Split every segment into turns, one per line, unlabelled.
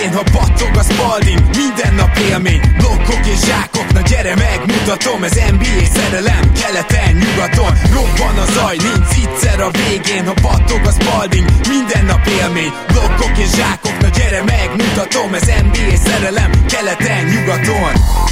végén, ha battog a Spalding, minden nap élmény, blokkok és zsákok, na gyere megmutatom, ez NBA szerelem, keleten, nyugaton, robban a zaj, nincs egyszer a végén, ha battog a Spalding, minden nap élmény, blokkok és zsákok, na gyere megmutatom, ez NBA szerelem, keleten, nyugaton.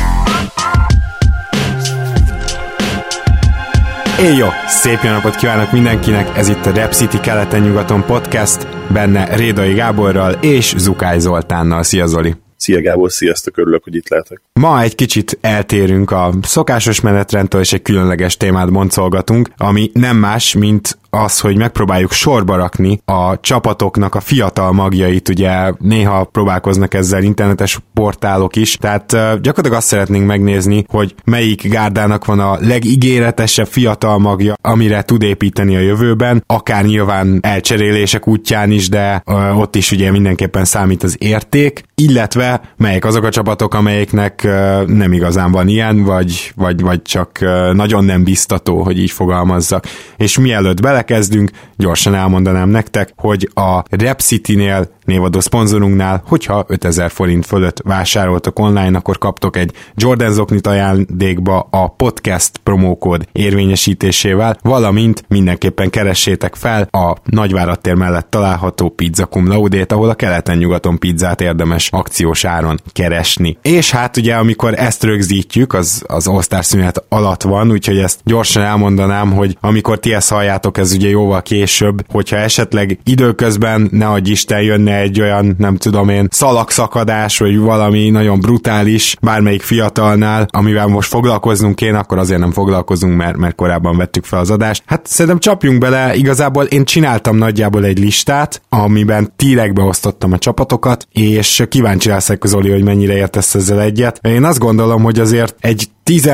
Éjjó! Szép jó napot kívánok mindenkinek, ez itt a Rep City keleten-nyugaton podcast, benne Rédai Gáborral és Zukály Zoltánnal. Szia Zoli!
Szia Gábor, sziasztok, örülök, hogy itt lehetek.
Ma egy kicsit eltérünk a szokásos menetrendtől, és egy különleges témát boncolgatunk, ami nem más, mint az, hogy megpróbáljuk sorba rakni a csapatoknak a fiatal magjait, ugye néha próbálkoznak ezzel internetes portálok is, tehát gyakorlatilag azt szeretnénk megnézni, hogy melyik gárdának van a legígéretesebb fiatal magja, amire tud építeni a jövőben, akár nyilván elcserélések útján is, de ott is ugye mindenképpen számít az érték, illetve melyek azok a csapatok, amelyeknek nem igazán van ilyen, vagy csak nagyon nem biztató, hogy így fogalmazzak. És mielőtt belekezdünk, gyorsan elmondanám nektek, hogy a Rep City-nél, névadó szponzorunknál, hogyha 5000 forint fölött vásároltok online, akkor kaptok egy Jordan zoknit ajándékba a podcast promókód érvényesítésével, valamint mindenképpen keressétek fel a Nagyvárad tér mellett található Pizza Cum Laude-t, ahol a keleten-nyugaton pizzát érdemes akciós áron keresni. És hát ugye, amikor ezt rögzítjük, az All-Star szünet alatt van, úgyhogy ezt gyorsan elmondanám, hogy amikor ti ezt halljátok, ez ugye jóval később, hogyha esetleg időközben, ne adj Isten, jönne egy olyan, nem tudom én, szalagszakadás, vagy valami nagyon brutális bármelyik fiatalnál, amivel most foglalkoznunk kéne, akkor azért nem foglalkozunk, mert korábban vettük fel az adást. Hát szerintem csapjunk bele, igazából én csináltam nagyjából egy listát, amiben tírekbe osztottam a csapatokat, és kíváncsi leszek, Zoli, hogy mennyire értesz ezzel egyet. Én azt gondolom, hogy azért egy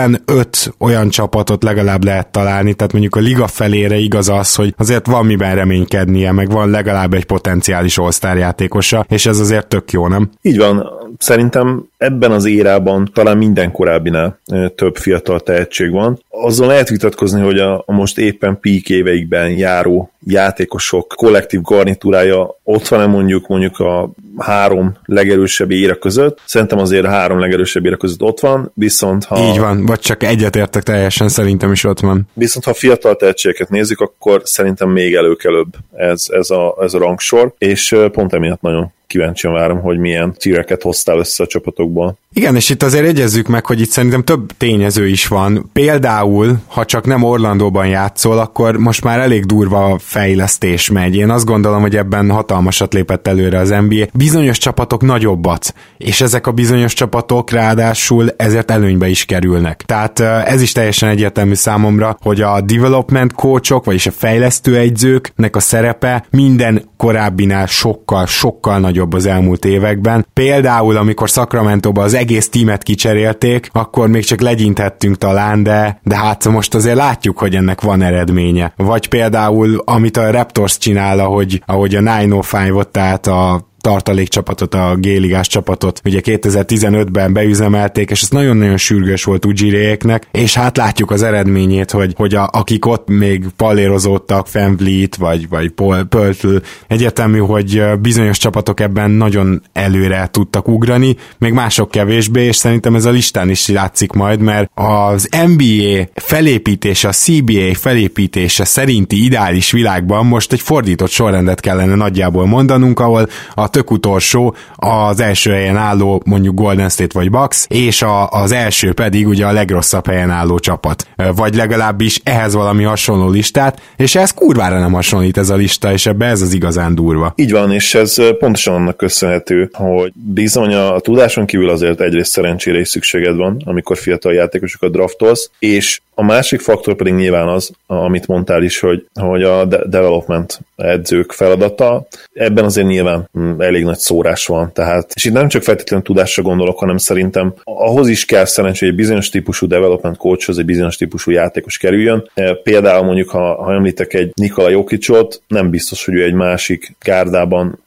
15 olyan csapatot legalább lehet találni, tehát mondjuk a liga felére igaz az, hogy azért van miben reménykednie, meg van legalább egy potenciális All-Star játékosa, és ez azért tök jó, nem?
Így van. Szerintem ebben az érában talán minden korábbinál több fiatal tehetség van. Azzal lehet vitatkozni, hogy a most éppen peak éveikben járó játékosok kollektív garnitúrája ott van-e mondjuk a három legerősebb éra között. Szerintem azért a három legerősebb éra között ott van, viszont ha...
Így van, vagy csak egyetértek teljesen, szerintem is ott van.
Viszont ha fiatal tehetségeket nézzük, akkor szerintem még előkelőbb ez a rangsor, és pont emiatt nagyon kíváncsian várom, hogy milyen tíreket hoztál össze a csapatokból.
Igen, és itt azért jegyezzük meg, hogy itt szerintem több tényező is van. Például, ha csak nem Orlandóban játszol, akkor most már elég durva fejlesztés megy. Én azt gondolom, hogy ebben hatalmasat lépett előre az NBA. Bizonyos csapatok nagyobbat, és ezek a bizonyos csapatok ráadásul ezért előnybe is kerülnek. Tehát ez is teljesen egyértelmű számomra, hogy a development coachok, vagyis a fejlesztő egyzőknek a szerepe minden korábbinál sokkal nagyobb az elmúlt években. Például, amikor Sacramentóban az egész tímet kicserélték, akkor még csak legyinthettünk talán, de hát most azért látjuk, hogy ennek van eredménye. Vagy például, amit a Raptors csinál, ahogy a 905-ot, tehát a tartalékcsapatot, a G-ligás csapatot ugye 2015-ben beüzemelték, és ez nagyon-nagyon sürgős volt Ujjiréknek, és hát látjuk az eredményét, hogy akik ott még pallérozódtak, Van Vliet, vagy Pöltl, egyértelmű, hogy bizonyos csapatok ebben nagyon előre tudtak ugrani, még mások kevésbé, és szerintem ez a listán is látszik majd, mert az NBA felépítése, a CBA felépítése szerinti ideális világban most egy fordított sorrendet kellene nagyjából mondanunk, ahol a tök utolsó az első helyen álló mondjuk Golden State vagy Bucks, és az első pedig ugye a legrosszabb helyen álló csapat. Vagy legalábbis ehhez valami hasonló listát, és ez kurvára nem hasonlít ez a lista, és ebbe ez az igazán durva.
Így van, és ez pontosan annak köszönhető, hogy bizony a tudáson kívül azért egyrészt szerencsére is szükséged van, amikor fiatal játékosokat draftolsz, és a másik faktor pedig nyilván az, amit mondtál is, hogy a development edzők feladata, ebben azért nyilván elég nagy szórás van, tehát, és itt nem csak feltétlenül tudásra gondolok, hanem szerintem ahhoz is kell szerencsé, hogy egy bizonyos típusú development coachhoz egy bizonyos típusú játékos kerüljön. Például mondjuk, ha említek egy Nikola Jokicot, nem biztos, hogy ő egy másik gárdában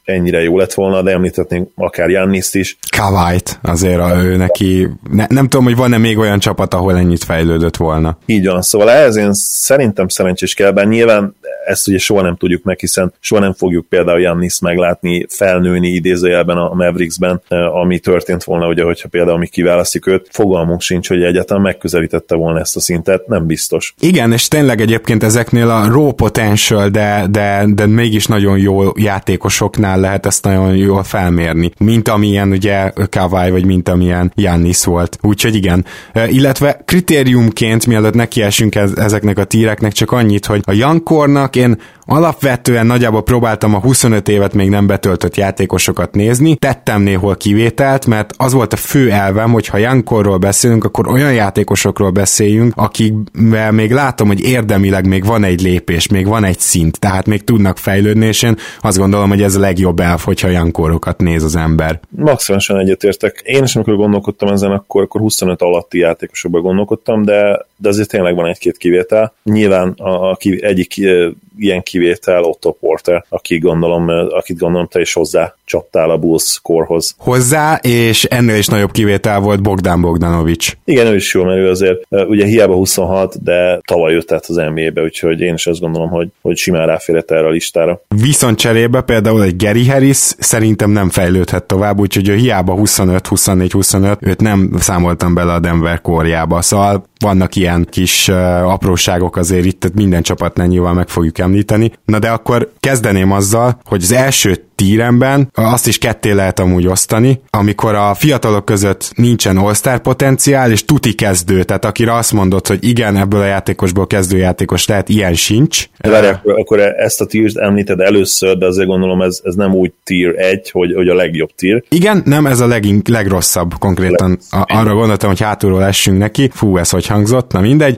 ennyire jó lett volna, de említhetnénk akár Gianniszt is.
Kawait, azért ő neki, nem tudom, hogy van-e még olyan csapat, ahol ennyit fejlődött volna.
Így van, szóval ehhez én szerintem szerencsés kell, bár nyilván ezt ugye soha nem tudjuk meg, hiszen soha nem fogjuk például Gianniszt meglátni, felnőni idézőjelben a Mavericksben, ami történt volna, ugye, hogyha például mi kiválasztjuk őt, fogalmunk sincs, hogy egyáltalán megközelítette volna ezt a szintet, nem biztos.
Igen, és tényleg egyébként ezeknél a raw potential, de mégis nagyon jó játékosoknál lehet ezt nagyon jól felmérni, mint amilyen ugye Kawhi, vagy mint amilyen Giannis volt. Úgyhogy igen. Illetve kritériumként, mielőtt nekiesünk ezeknek a tíreknek, csak annyit, hogy a Youngkornak én alapvetően nagyjából próbáltam a 25 évet még nem betöltött játékosokat nézni, tettem néhol kivételt, mert az volt a fő elvem, hogy ha Youngkorról beszélünk, akkor olyan játékosokról beszéljünk, akikvel még látom, hogy érdemileg még van egy lépés, még van egy szint, tehát még tudnak fejlődni, és én azt gondolom, hogy ez a legjobb elv, hogyha Youngkorokat néz az ember.
Maximálisan egyetértek. Én is, amikor gondolkodtam ezen, akkor 25 alatti játékosokban gondolkodtam, de azért tényleg van egy-két kivétel. Nyilván egyik ilyen kivétel Otto Porter, akit gondolom te is hozzá csaptál a Bulls korhoz.
Hozzá, és ennél is nagyobb kivétel volt Bogdan Bogdanovics.
Igen, ő is jó, mert ő azért ugye hiába 26, de tavaly jött át az NBA-be, úgyhogy én is azt gondolom, hogy simán ráférhet erre a listára.
Viszont cserébe például egy Gary Harris szerintem nem fejlődhet tovább, úgyhogy ő hiába 25, 24, 25, őt nem számoltam bele a Denver kórjába, szóval vannak ilyen kis apróságok azért itt, tehát minden csapatnál nyilván meg fogjuk említeni. Na de akkor kezdeném azzal, hogy az első tíremben azt is ketté lehet amúgy osztani, amikor a fiatalok között nincsen all-star potenciál, és tuti kezdő, tehát akire azt mondod, hogy igen, ebből a játékosból kezdőjátékos lehet, ilyen sincs.
Várj, akkor ezt a tiert említed először, de azért gondolom ez nem úgy tier 1, hogy a legjobb tier.
Igen, nem, ez a legrosszabb konkrétan. Arra gondoltam, hogy hátulról essünk neki. Fú, ez hogy hangzott? Na mindegy.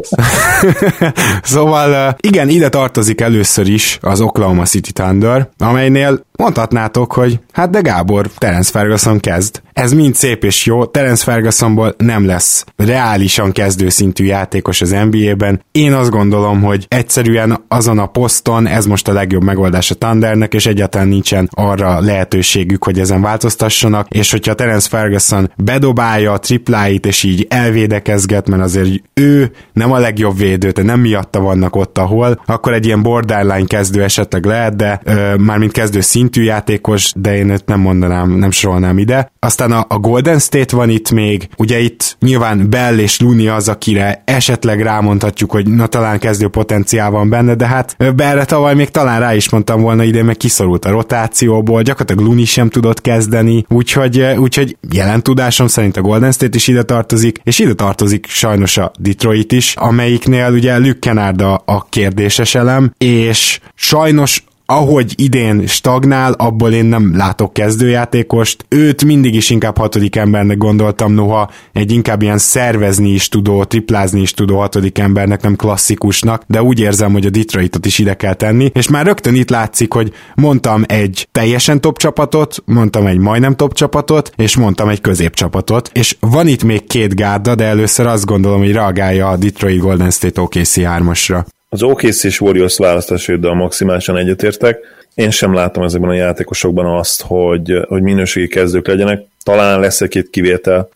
Szóval igen, ide tartozik először is az Oklahoma City Thunder, amelynél mondhatnátok, hogy hát de Gábor, Terence Ferguson kezd. Ez mind szép és jó, Terence Fergusonból nem lesz reálisan kezdőszintű játékos az NBA-ben. Én azt gondolom, hogy egyszerűen azon a poszton ez most a legjobb megoldás a Thundernek, és egyáltalán nincsen arra lehetőségük, hogy ezen változtassanak, és hogyha Terence Ferguson bedobálja a tripláit, és így elvédekezget, mert azért ő nem a legjobb védő, tehát nem miatta vannak ott, ahol, akkor egy ilyen borderline kezdő esetleg lehet, de mármint kezdő szintű játékos, de én nem mondanám, nem sorolnám ide. Aztán a Golden State van itt még, ugye itt nyilván Bell és Looney az, akire esetleg rámondhatjuk, hogy na talán kezdő potenciál van benne, de hát Bellre tavaly még talán rá is mondtam volna, idén meg kiszorult a rotációból, gyakorlatilag Looney sem tudott kezdeni, úgyhogy jelen tudásom szerint a Golden State is ide tartozik, és ide tartozik sajnos a Detroit is, amelyiknél ugye Luke Kennard a kérdéses elem, és sajnos ahogy idén stagnál, abból én nem látok kezdőjátékost. Őt mindig is inkább 6. embernek gondoltam, noha egy inkább ilyen szervezni is tudó, triplázni is tudó 6. embernek, nem klasszikusnak, de úgy érzem, hogy a Detroitot is ide kell tenni, és már rögtön itt látszik, hogy mondtam egy teljesen top csapatot, mondtam egy majdnem top csapatot, és mondtam egy középcsapatot, és van itt még 2 gárda, de először azt gondolom, hogy reagálja a Detroit Golden State OKC 3-asra.
Az OKC és Warriors választásoddal maximálisan egyetértek. Én sem látom ezekben a játékosokban azt, hogy minőségi kezdők legyenek. Talán lesz egy-két kivétel,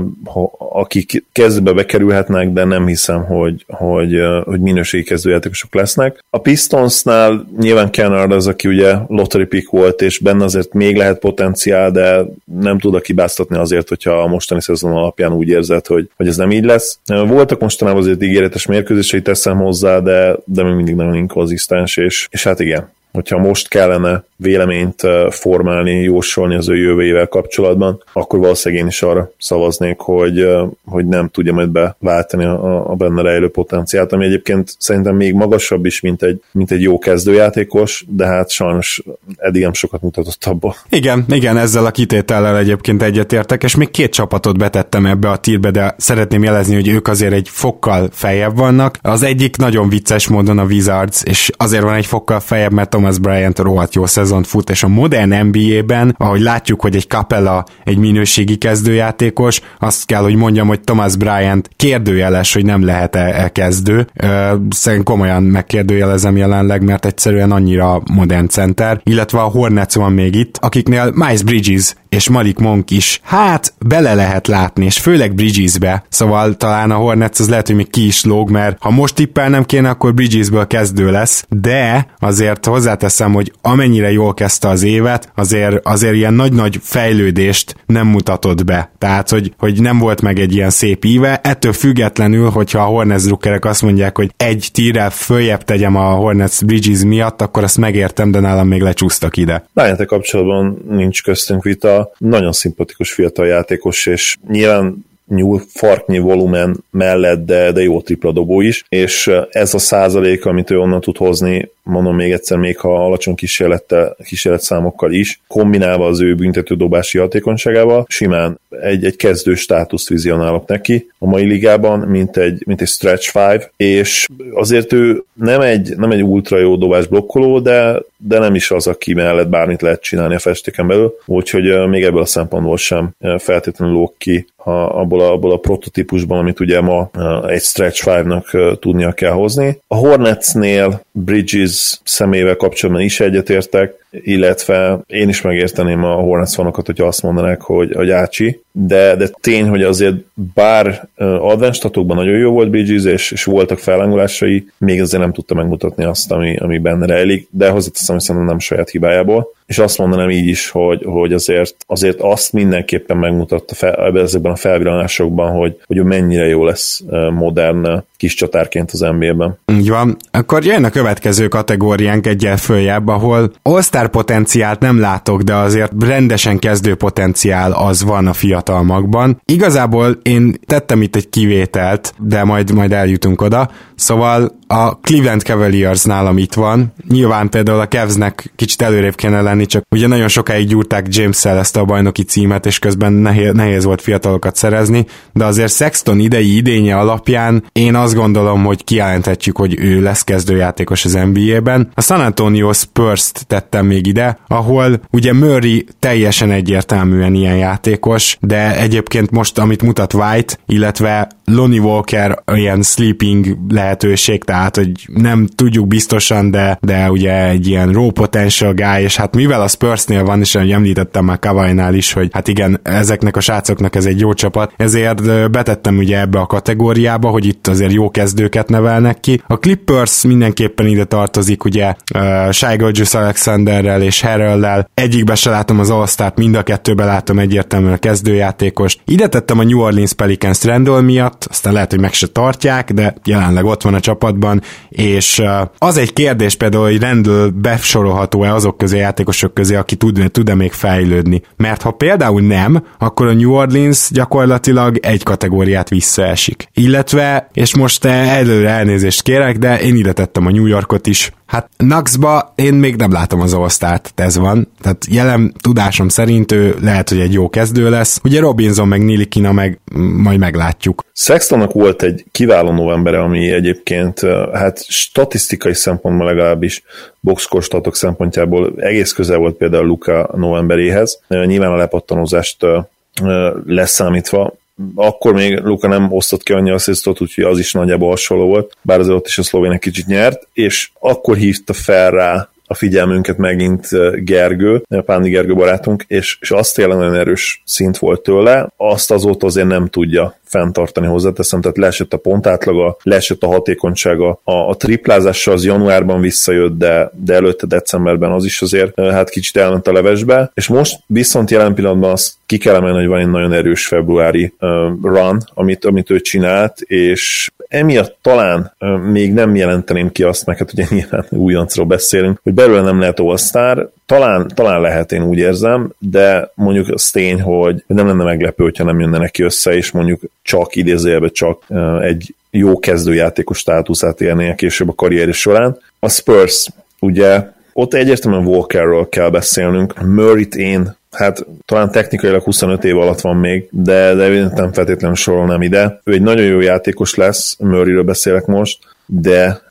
akik kezdőbe bekerülhetnek, de nem hiszem, hogy minőségi kezdőjátékosok lesznek. A Pistonsnál nyilván Kennard az, aki ugye lottery pick volt, és benne azért még lehet potenciál, de nem tud kibáztatni azért, hogyha a mostani szezon alapján úgy érzed, hogy ez nem így lesz. Voltak mostanában azért ígéretes mérkőzései, teszem hozzá, de még mindig nagyon inkonzisztens, és hát igen. Hogyha most kellene véleményt formálni, jósolni az ő jövőjével kapcsolatban, akkor valószínűleg én is arra szavaznék, hogy nem tudja majd beváltani a benne rejlő potenciált, ami egyébként szerintem még magasabb is, mint egy jó kezdőjátékos, de hát sajnos eddig nem sokat mutatott abból.
Igen, ezzel a kitétellel egyébként egyetértek, és még 2 csapatot betettem ebbe a tírbe, de szeretném jelezni, hogy ők azért egy fokkal feljebb vannak. Az egyik nagyon vicces módon a Wizards, és azért van egy fokkal feljebb, mert Thomas Bryant rohadt jó szezont fut, és a modern NBA-ben, ahogy látjuk, hogy egy Capella egy minőségi kezdőjátékos, azt kell, hogy mondjam, hogy Thomas Bryant kérdőjeles, hogy nem lehet-e kezdő. Szerintem komolyan megkérdőjelezem jelenleg, mert egyszerűen annyira modern center, illetve a Hornets van még itt, akiknél Miles Bridges és Malik Monk is, hát bele lehet látni, és főleg Bridgesbe, szóval talán a Hornets az lehet, hogy még ki is lóg, mert ha most tippelnem kéne, akkor Bridgesből kezdő lesz, de azért hozzáteszem, hogy amennyire jól kezdte az évet, azért ilyen nagy-nagy fejlődést nem mutatott be, tehát hogy nem volt meg egy ilyen szép íve, ettől függetlenül, hogyha a Hornets drukkerek azt mondják, hogy egy tírrel följebb tegyem a Hornets Bridges miatt, akkor azt megértem, de nálam még lecsúsztak ide.
Bryant kapcsolatban nincs köztünk vita, nagyon szimpatikus fiatal játékos, és nyilván nyúl farknyi volumen mellett, de jó tripla dobó is, és ez a százalék, amit ő onnan tud hozni, mondom még egyszer, még ha alacsony kísérletszámokkal is, kombinálva az ő büntetődobási hatékonyságával, simán egy kezdő státuszt vizionálok neki a mai ligában, mint egy stretch five, és azért ő nem egy ultra jó dobás blokkoló, de nem is az, aki mellett bármit lehet csinálni a festéken belül, úgyhogy még ebből a szempontból sem feltétlenül lóg ki abból a prototípusban, amit ugye ma egy stretch five-nak tudnia kell hozni. A Hornetsnél Bridges személyével kapcsolatban is egyetértek, illetve én is megérteném a Hornets fanokat, hogyha azt mondanák, hogy ácsi, de tény, hogy azért bár advanced statokban nagyon jó volt Bridges, és voltak fellangolásai, még azért nem tudta megmutatni azt, ami benne rejlik, de hozzáteszem, hogy szerintem nem saját hibájából. És azt mondanám így is, hogy azért azt mindenképpen megmutatta ezekben a felvillanásokban, hogy mennyire jó lesz modern kis csatárként az NBA-ben.
Így van. Akkor jön a következő kategóriánk egyel följebb, ahol all-star potenciált nem látok, de azért rendesen kezdő potenciál az van a fiatal magban. Igazából én tettem itt egy kivételt, de majd eljutunk oda. Szóval a Cleveland Cavaliers nálam itt van. Nyilván például a Cavsnek kicsit előrébb kéne lenni, csak ugye nagyon sokáig gyúrták James-szel ezt a bajnoki címet, és közben nehéz volt fiatalokat szerezni, de azért Sexton idei idénye alapján én azt gondolom, hogy kijelenthetjük, hogy ő lesz kezdőjátékos az NBA-ben. A San Antonio Spurs-t tettem még ide, ahol ugye Murray teljesen egyértelműen ilyen játékos, de egyébként most, amit mutat White, illetve Lonnie Walker ilyen sleeping lehetőség, tehát, hogy nem tudjuk biztosan, de ugye egy ilyen raw potential guy, és hát mivel a Spursnél van, és ahogy említettem már Kawhi-nál is, hogy hát igen, ezeknek a srácoknak ez egy jó csapat, ezért betettem ugye ebbe a kategóriába, hogy itt azért jó kezdőket nevelnek ki. A Clippers mindenképpen ide tartozik, ugye Shai Gilgeous-Alexanderrel és Harrell-lel, egyikbe se látom az All-Start, mind a kettőbe látom egyértelműen a kezdőjátékost. Ide tettem a New Orleans Pelicans Randall miatt, aztán lehet, hogy meg se tartják, de jelenleg ott van a csapatban, és az egy kérdés például, hogy Randall besorolható-e azok közé, játékosok közé, aki tud-e még fejlődni. Mert ha például nem, akkor a New Orleans gyakorlatilag egy kategóriát visszaesik. Illetve, és most előre elnézést kérek, de én ide tettem a New Yorkot is. Hát Knucksba én még nem látom az All-Start, ez van. Tehát jelen tudásom szerint ő lehet, hogy egy jó kezdő lesz. Ugye Robinson meg Nilikina meg majd meglátjuk.
Sextonnak volt egy kiváló novembere, ami egyébként hát statisztikai szempontból legalábbis boxscore statok szempontjából egész közel volt például Luka novemberéhez. Nyilván a lepattanózást leszámítva, akkor még Luka nem osztott ki annyi asszisztot, úgyhogy az is nagyjából hasonló volt, bár azért ott is a szlovének kicsit nyert, és akkor hívta fel rá a figyelmünket megint Gergő, Pándi Gergő barátunk, és az tényleg nagyon erős szint volt tőle, azt azóta azért nem tudja fenntartani, hozzáteszem, tehát leesett a pontátlaga, leesett a hatékonysága, a triplázása az januárban visszajött, de előtte decemberben az is azért hát kicsit elment a levesbe, és most viszont jelen pillanatban azt ki kell emelni, hogy van egy nagyon erős februári run, amit ő csinált, és emiatt talán még nem jelenteném ki azt, meg hát ugye nyilván újoncról beszélünk, hogy belőle nem lehet All-Star, talán lehet, én úgy érzem, de mondjuk az tény, hogy nem lenne meglepő, hogyha nem jönne neki össze, és mondjuk csak idézőjelben csak egy jó kezdőjátékos státuszát élnie később a karrierje során. A Spurs, ugye ott egyértelműen Walkerről kell beszélnünk, Murrayt én hát talán technikailag 25 év alatt van még, de nem feltétlenül sorolnám ide. Ő egy nagyon jó játékos lesz, Murrayről beszélek most, de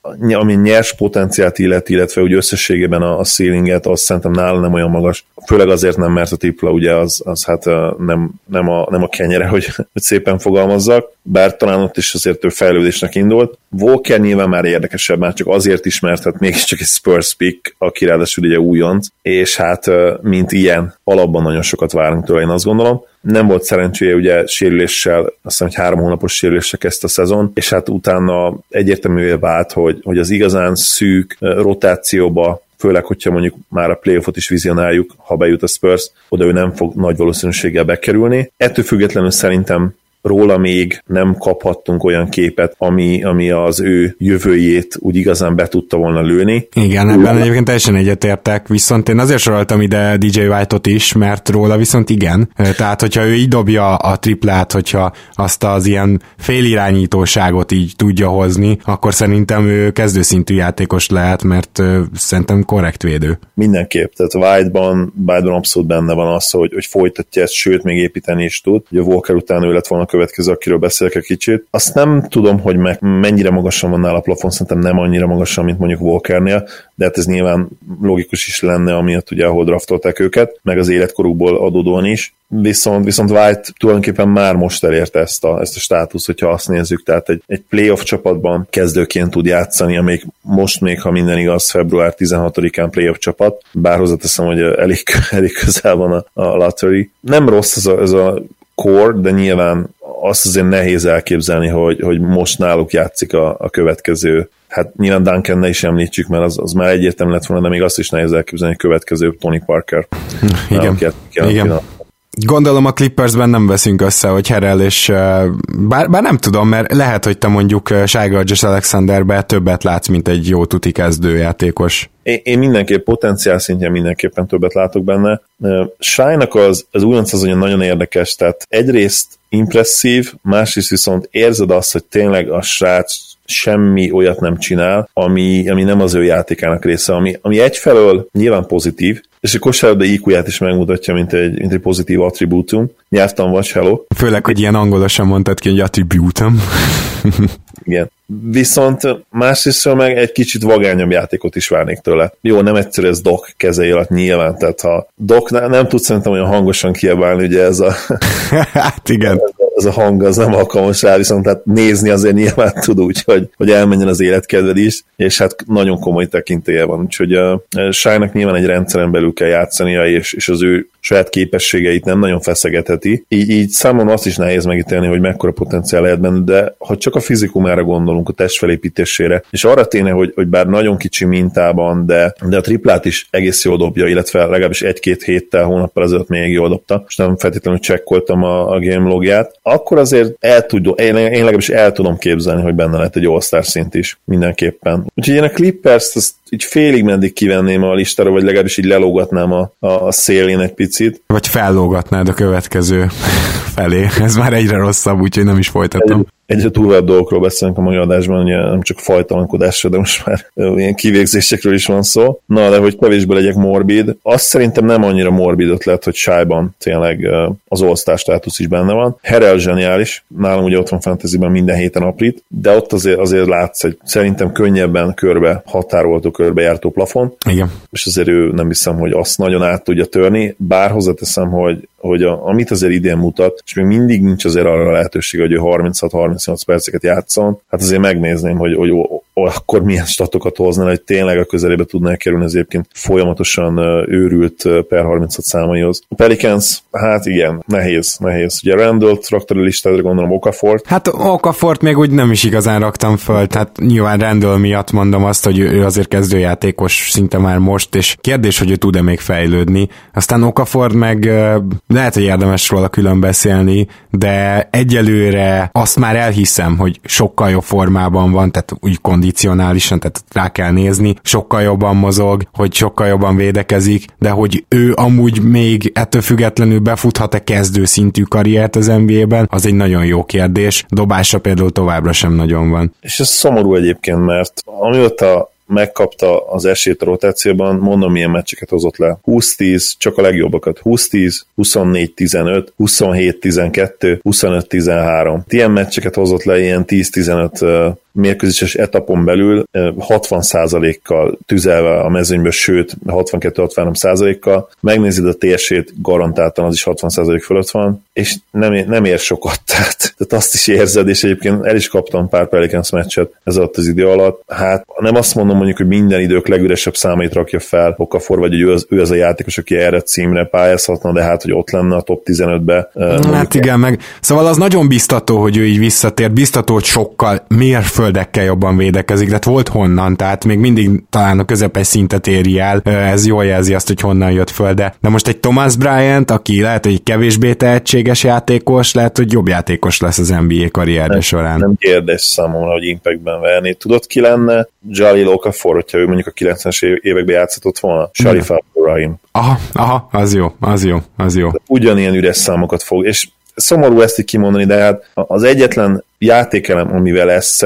ami nyers potenciált illetve úgy összességében a ceilinget, azt szerintem nála nem olyan magas. Főleg azért nem, mert a tripla ugye az hát nem a kenyere, hogy szépen fogalmazzak, bár talán ott is azért több fejlődésnek indult. Walker nyilván már érdekesebb, már csak azért is, mert hát mégiscsak egy Spurs pick, aki ráadásul ugye újonc, és hát mint ilyen alapban nagyon sokat várunk tőle, én azt gondolom. Nem volt szerencséje, ugye sérüléssel, azt hiszem, hogy 3 hónapos sérüléssel kezdte a szezon, és hát utána egyértelművé vált, hogy az igazán szűk rotációba, főleg, hogyha mondjuk már a playoffot is vizionáljuk, ha bejut a Spurs, oda ő nem fog nagy valószínűséggel bekerülni. Ettől függetlenül szerintem róla még nem kaphattunk olyan képet, ami az ő jövőjét úgy igazán be tudta volna lőni.
Igen, ebben egyébként teljesen egyetértek, viszont én azért soroltam ide DJ White-ot is, mert róla viszont igen. Tehát, hogyha ő így dobja a triplát, hogyha azt az ilyen félirányítóságot így tudja hozni, akkor szerintem ő kezdőszintű játékos lehet, mert szerintem korrekt védő.
Mindenképp, tehát White-ban abszolút benne van az, hogy folytatja ezt, sőt, még építeni is tud. Ugye a Walker után ő lett volna következő, akiről beszélek egy kicsit. Azt nem tudom, hogy mennyire magasan van nála a plafon, szerintem nem annyira magasan, mint mondjuk Walkernél, de hát ez nyilván logikus is lenne, amiatt ugye, ahol draftolták őket, meg az életkorukból adódóan is. Viszont White tulajdonképpen már most elérte ezt a státuszt, hogyha azt nézzük, tehát egy playoff csapatban kezdőként tud játszani, amelyik most még, ha minden igaz, február 16-án playoff csapat, bár hozzáteszem, hogy elég közel van a lottery. Nem rossz ez a core, de nyilván azt azért nehéz elképzelni, hogy most náluk játszik a következő. Hát nyilván Duncan ne is említsük, mert az már egyértelmű lett volna, de még azt is nehéz elképzelni, hogy következő Tony Parker.
Igen. Gondolom a Clippersben nem veszünk össze, hogy Harrell, és bár nem tudom, mert lehet, hogy te mondjuk Shai Gilgeous-Alexanderbe többet látsz, mint egy jó tuti kezdőjátékos.
Én mindenképp potenciál szintjén mindenképpen többet látok benne. Shai-nak az újonc az nagyon érdekes, tehát egyrészt impresszív, másrészt viszont érzed azt, hogy tényleg a srác semmi olyat nem csinál, ami nem az ő játékának része, ami egyfelől nyilván pozitív, és a kosárlabda IQ-ját is megmutatja, mint egy pozitív attribútum. Nyelvtan vagy, hello.
Főleg, hogy ilyen angolosan mondtad ki, hogy attribútum.
Igen. Viszont másrészt meg egy kicsit vagányabb játékot is várnék tőle. Jó, nem egyszerű ez Doc kezei alatt nyilván, tehát ha Doc nem tud szerintem olyan hangosan kiabálni, ugye ez a...
Hát igen.
Ez a hang az nem alkalmas rá, viszont hát nézni azért nyilván tud úgy, hogy elmenjen az életkedved is, és hát nagyon komoly tekintélye van, úgyhogy Shai-nak nyilván egy rendszeren belül kell játszania, és az ő saját képességeit nem nagyon feszegetheti. Így számomra azt is nehéz megítélni, hogy mekkora potenciál lehet benne, de ha csak a fizikumára gondolunk, a testfelépítésére, és arra téne, hogy bár nagyon kicsi mintában, de a triplát is egész jól dobja, illetve legalábbis 1-2 hónappal ezelőtt még jól dobta, és nem feltétlenül csekkoltam a game logját, akkor azért én legalábbis el tudom képzelni, hogy benne lehet egy all-star szint is, mindenképpen. Úgyhogy én a Clippers-t ezt így félig meddig kivenném a listára, vagy legalábbis így lelógatnám a szélén egy picit.
Vagy fellógatnád a következő felé. Ez már egyre rosszabb, úgyhogy nem is folytatom.
Egyre túlvább dolgokról beszélünk a mai adásban, ugye nem csak fajtalankodásról, de most már ilyen kivégzésekről is van szó. Na, de hogy kevésbé legyek morbid, azt szerintem nem annyira morbid ötlet, hogy Shai-ban tényleg az all-star státusz is benne van. Harrell zseniális, nálam ugye ott van fantasyben minden héten aprít, de ott azért látsz egy szerintem könnyebben körbejártó plafon.
Igen.
És azért ő nem hiszem, hogy azt nagyon át tudja törni, bár hozzáteszem, hogy amit azért idén mutat, és még mindig nincs azért arra a lehetőség, hogy ő 36-38 perceket játszon, hát azért megnézném, hogy akkor milyen statokat hozna, hogy tényleg a közelébe tudná kerülni az egyébként folyamatosan őrült per 36 számaihoz. A Pelicans, hát igen, nehéz. Ugye Randall-t raktad a listádra, gondolom Okafort.
Hát Okafort még úgy nem is igazán raktam föl, tehát nyilván Randall miatt mondom azt, hogy ő azért kezdőjátékos szinte már most, és kérdés, hogy ő tud-e még fejlődni. Aztán Okafort meg lehet, hogy érdemes róla külön beszélni, de egyelőre azt már elhiszem, hogy sokkal jobb formában van, tehát úgy kondicionálisan, tehát rá kell nézni, sokkal jobban mozog, hogy sokkal jobban védekezik, de hogy ő amúgy még ettől függetlenül befuthat-e kezdőszintű karriert az NBA-ben, az egy nagyon jó kérdés. Dobása például továbbra sem nagyon van.
És ez szomorú egyébként, mert amióta megkapta az esélyt a rotációban, mondom, milyen meccseket hozott le. 20-10, csak a legjobbakat. 20-10, 24-15, 27-12, 25-13. Ilyen meccseket hozott le, ilyen 10-15 mérkőzéses etapon belül 60%-kal tüzelve a mezőnyből, sőt 62-63%-kal, megnézed a TS-ét, garantáltan az is 60% fölött van, és nem ér sokat, tehát azt is érzed, és egyébként el is kaptam pár Pelicans meccset ez alatt az idő alatt. Hát nem azt mondom mondjuk, hogy minden idők legüresebb számait rakja fel Okafor, vagy hogy ő az a játékos, aki erre címre pályázhatna, de hát, hogy ott lenne a top 15-be.
Hát igen, meg szóval az nagyon biztató, hogy ő így visszatért, biztató, hogy sokkal mérföldekkel jobban védekezik, de volt honnan, tehát még mindig talán a közepes szintet éri el, ez jól jelzi azt, hogy honnan jött föl, de most egy Thomas Bryant, aki lehet, hogy kevésbé tehetséges játékos, lehet, hogy jobb játékos lesz az NBA karrierje során.
Nem kérdés számomra, hogy Impactben verni. Tudod, ki lenne Jalil Okafor, hogyha ő mondjuk a 90-es években játszott volna? Sharif Abdul-Rahim.
Aha, az jó.
Ugyanilyen üres számokat fog, és szomorú ezt így kimondani, de hát az egyetlen játékelem, amivel ezt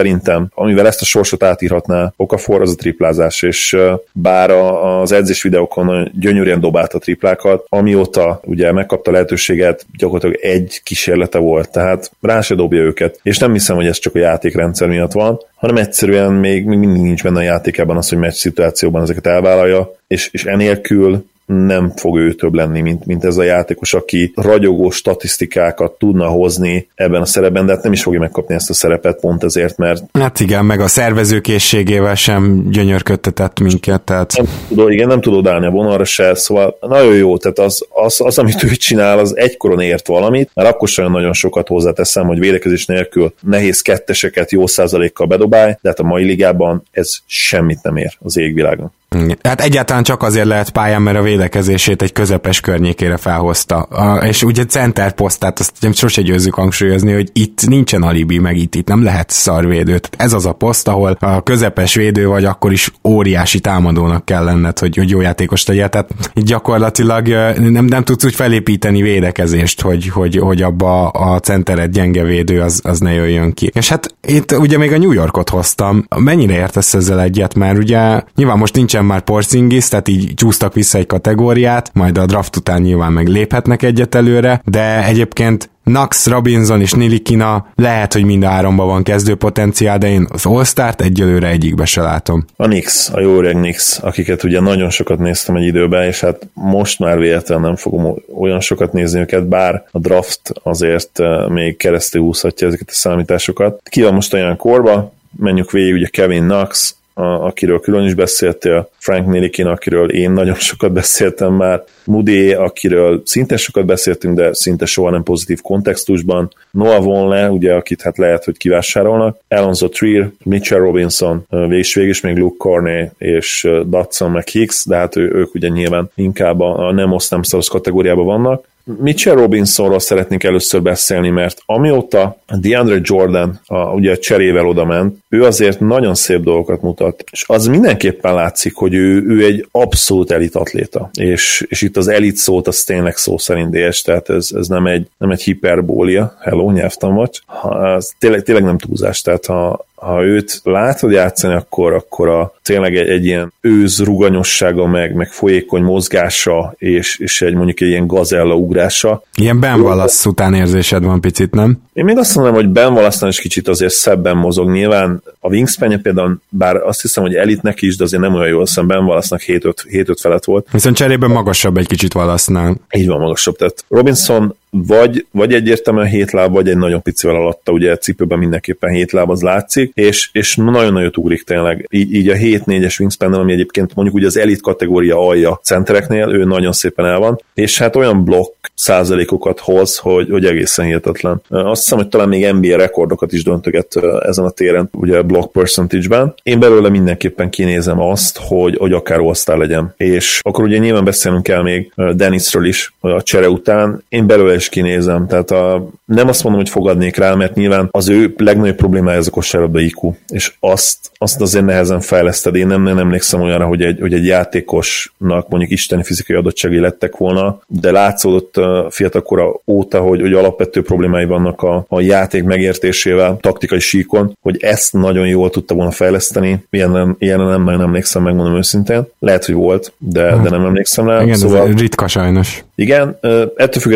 a sorsot átírhatná Okafor, az a triplázás, és bár az edzés videókon gyönyörűen dobálta a triplákat, amióta ugye megkapta lehetőséget, gyakorlatilag egy kísérlete volt, tehát rá se dobja őket, és nem hiszem, hogy ez csak a játékrendszer miatt van, hanem egyszerűen még mindig nincs benne a játékában az, hogy meccs szituációban ezeket elvállalja, és enélkül nem fog ő több lenni, mint ez a játékos, aki ragyogó statisztikákat tudna hozni ebben a szerepben, de hát nem is fogja megkapni ezt a szerepet pont ezért, mert... Hát
igen, meg a szervezőkészségével sem gyönyörködtetett minket, tehát...
Nem tud odállni a vonalra se, szóval nagyon jó, tehát az, amit ő csinál, az egykoron ért valamit, mert akkor sem nagyon sokat hozzáteszem, hogy védekezés nélkül nehéz ketteseket jó százalékkal bedobálj, de hát a mai ligában ez semmit nem ér az égvilágon.
Hát egyáltalán csak azért lehet pályán, mert a védekezését egy közepes környékére felhozta. És ugye center posztát, azt sose győzzük hangsúlyozni, hogy itt nincsen alibi, meg itt nem lehet szarvédő. Tehát ez az a poszt, ahol a közepes védő vagy, akkor is óriási támadónak kell lenned, hogy jó játékos legyél. Tehát gyakorlatilag nem tudsz úgy felépíteni védekezést, hogy abba a centeret gyenge védő az ne jöjjön ki. És hát itt ugye még a New Yorkot hoztam. Mennyire értesz ezzel egyet? Mert ugye nyilván most nincsen már Porzingis, tehát így csúsztak vissza egy kategóriát, majd a draft után nyilván meg léphetnek egyet előre, de egyébként Knox, Robinson és Nilikina lehet, hogy mind a háromban van kezdőpotenciál, de én az All-Start egyelőre egyikbe se látom.
A Knicks, a jó öreg Knicks, akiket ugye nagyon sokat néztem egy időben, és hát most már véletlenül nem fogom olyan sokat nézni őket, bár a draft azért még keresztül húzhatja ezeket a számításokat. Ki van most olyan korba? Menjünk végig, ugye Kevin Knox, akiről külön is beszéltél, Frank Ntilikina, akiről én nagyon sokat beszéltem már, Moody, akiről szinte sokat beszéltünk, de szinte soha nem pozitív kontextusban, Noah Vonleh, ugye, akit hát lehet, hogy kivásárolnak, Alonzo Trier, Mitchell Robinson, végig még Luke Cornet és Dotson meg Hicks, de hát ők ugye nyilván inkább a nem osztám szaros kategóriában vannak. Mitchell Robinsonról szeretnénk először beszélni, mert amióta DeAndre Jordan ugye cserével oda ment, ő azért nagyon szép dolgokat mutat, és az mindenképpen látszik, hogy ő egy abszolút elit atléta, és itt az elit szót az tényleg szó szerint és, tehát ez nem egy hiperbólia, hello, nyelvtanvacs, tényleg nem túlzás, tehát ha őt látod játszani, akkor tényleg egy ilyen őz ruganyossága, meg folyékony mozgása, és mondjuk egy ilyen gazella ugrása.
Ilyen Ben Wallace utánérzésed van picit, nem?
Én még azt mondom, hogy Ben Wallace-nál is kicsit azért szebben mozog. Nyilván a Wingspan-je például, bár azt hiszem, hogy elitnek is, de azért nem olyan jól, hiszem Ben Wallace-nak 7-5 felett volt.
Viszont cserében magasabb egy kicsit Wallace-nál.
Így van, magasabb. Tehát Robinson vagy egyértelműen 7 láb, vagy egy nagyon picivel alatta, ugye cipőben mindenképpen 7 láb, az látszik, és nagyon nagyot ugrik tényleg. Így a 7-4-es Wingspannel, ami egyébként mondjuk ugye az elit kategória alja centereknél, ő nagyon szépen el van, és hát olyan blokk százalékokat hoz, hogy egészen hihetetlen. Azt hiszem, hogy talán még NBA rekordokat is döntöget ezen a téren, ugye block percentage-ben. Én belőle mindenképpen kinézem azt, hogy akár all-star legyen. És akkor ugye nyilván beszélnünk kell még Dennisről is a csere után. Én belőle is kinézem, tehát nem azt mondom, hogy fogadnék rá, mert nyilván az ő legnagyobb problémája ez a kosárlabda IQ, és azt azért nehezen fejleszted. Én nem emlékszem olyanra, hogy egy játékosnak mondjuk isteni fizikai adottságai lettek volna, de látszódott fiatalkora óta, hogy alapvető problémái vannak a játék megértésével, taktikai síkon, hogy ezt nagyon jól tudta volna fejleszteni. Ilyen nem emlékszem, megmondom őszintén. Lehet, hogy volt, de nem emlékszem rá.
Igen, szóval... ez ritka sajnos.
Igen, ettől függetlenül van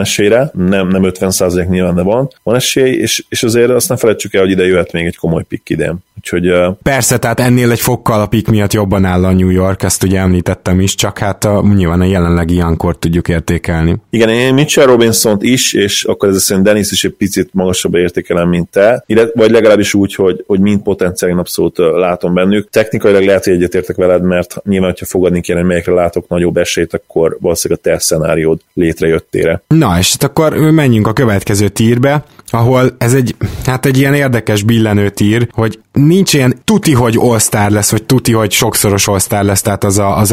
esélyre, nem 50% nyilván, de van esély, és azért azt nem felejtsük el, hogy ide jöhet még egy komoly pick idén. Úgyhogy,
persze, tehát ennél egy fokkal a pick miatt jobban áll a New York, ezt ugye említettem is, csak hát nyilván a jelenlegi Youngkort tudjuk értékelni.
Igen, én Mitchell Robinsont is, és akkor ez szerint Dennis is egy picit magasabb értékelem, mint te, vagy legalábbis úgy, hogy mind potenciálin abszolút látom bennük. Technikailag lehet, hogy egyetértek veled, mert nyilván, hogyha fogadni kéne, hogy melyikre látok nagyobb esélyt, akkor valószínűleg a te szenáriód létrejöttére.
Na, és akkor menjünk a következő tírbe, ahol ez egy ilyen érdekes billenő tír, hogy nincs ilyen tuti, hogy All-Star lesz, vagy tuti, hogy sokszoros All-Star lesz, tehát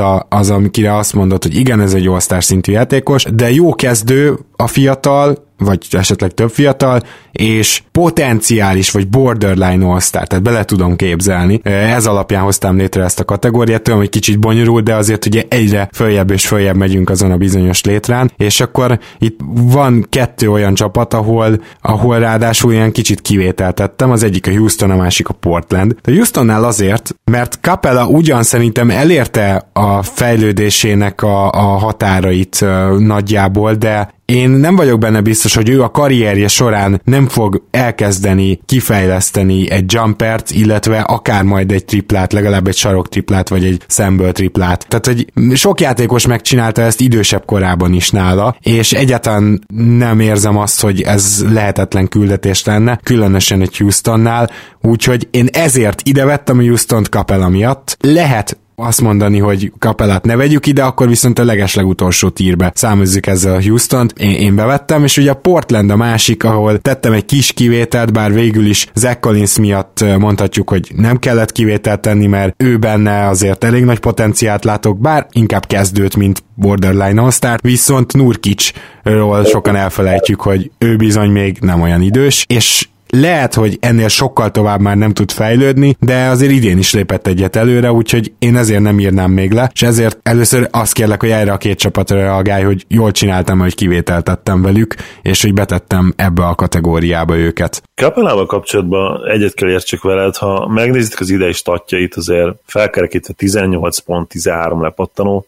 az amikire azt mondod, hogy igen, ez egy All-Star szintű játékos, de jó kezdő a fiatal, vagy esetleg több fiatal, és potenciális, vagy borderline All-Star, tehát bele tudom képzelni. Ez alapján hoztam létre ezt a kategóriát, tudom, hogy kicsit bonyolult, de azért ugye egyre följebb és följebb megyünk azon a bizonyos létrán, és akkor itt van 2 olyan csapat, ahol ráadásul ilyen kicsit kivételtettem, az egyik a Houston, a másik a Portland. De Houstonnál azért, mert Capella ugyan szerintem elérte a fejlődésének a határait nagyjából, de én nem vagyok benne biztos, hogy ő a karrierje során nem fog elkezdeni kifejleszteni egy jumpert, illetve akár majd egy triplát, legalább egy sarok triplát, vagy egy szemből triplát. Tehát, hogy sok játékos megcsinálta ezt idősebb korában is nála, és egyáltalán nem érzem azt, hogy ez lehetetlen küldetés lenne, különösen egy Houstonnál, úgyhogy én ezért ide vettem a Houstont Capella miatt. Lehet azt mondani, hogy Capellát ne vegyük ide, akkor viszont a legeslegutolsó tírbe számozzuk ezzel a Houstont. Én bevettem, és ugye a Portland a másik, ahol tettem egy kis kivételt, bár végül is Zach Collins miatt mondhatjuk, hogy nem kellett kivételt tenni, mert ő benne azért elég nagy potenciált látok, bár inkább kezdőt, mint borderline All-Star, viszont Nurkicról sokan elfelejtjük, hogy ő bizony még nem olyan idős, és lehet, hogy ennél sokkal tovább már nem tud fejlődni, de azért idén is lépett egyet előre, úgyhogy én ezért nem írnám még le, és ezért először azt kérlek, hogy erre a 2 csapatra reagálj, hogy jól csináltam, hogy kivételt tettem velük, és hogy betettem ebbe a kategóriába őket.
Capellával kapcsolatban egyet kell értsük veled, ha megnézitek az idei statjait, azért felkerekítve 18 pont, 13 lepattanó,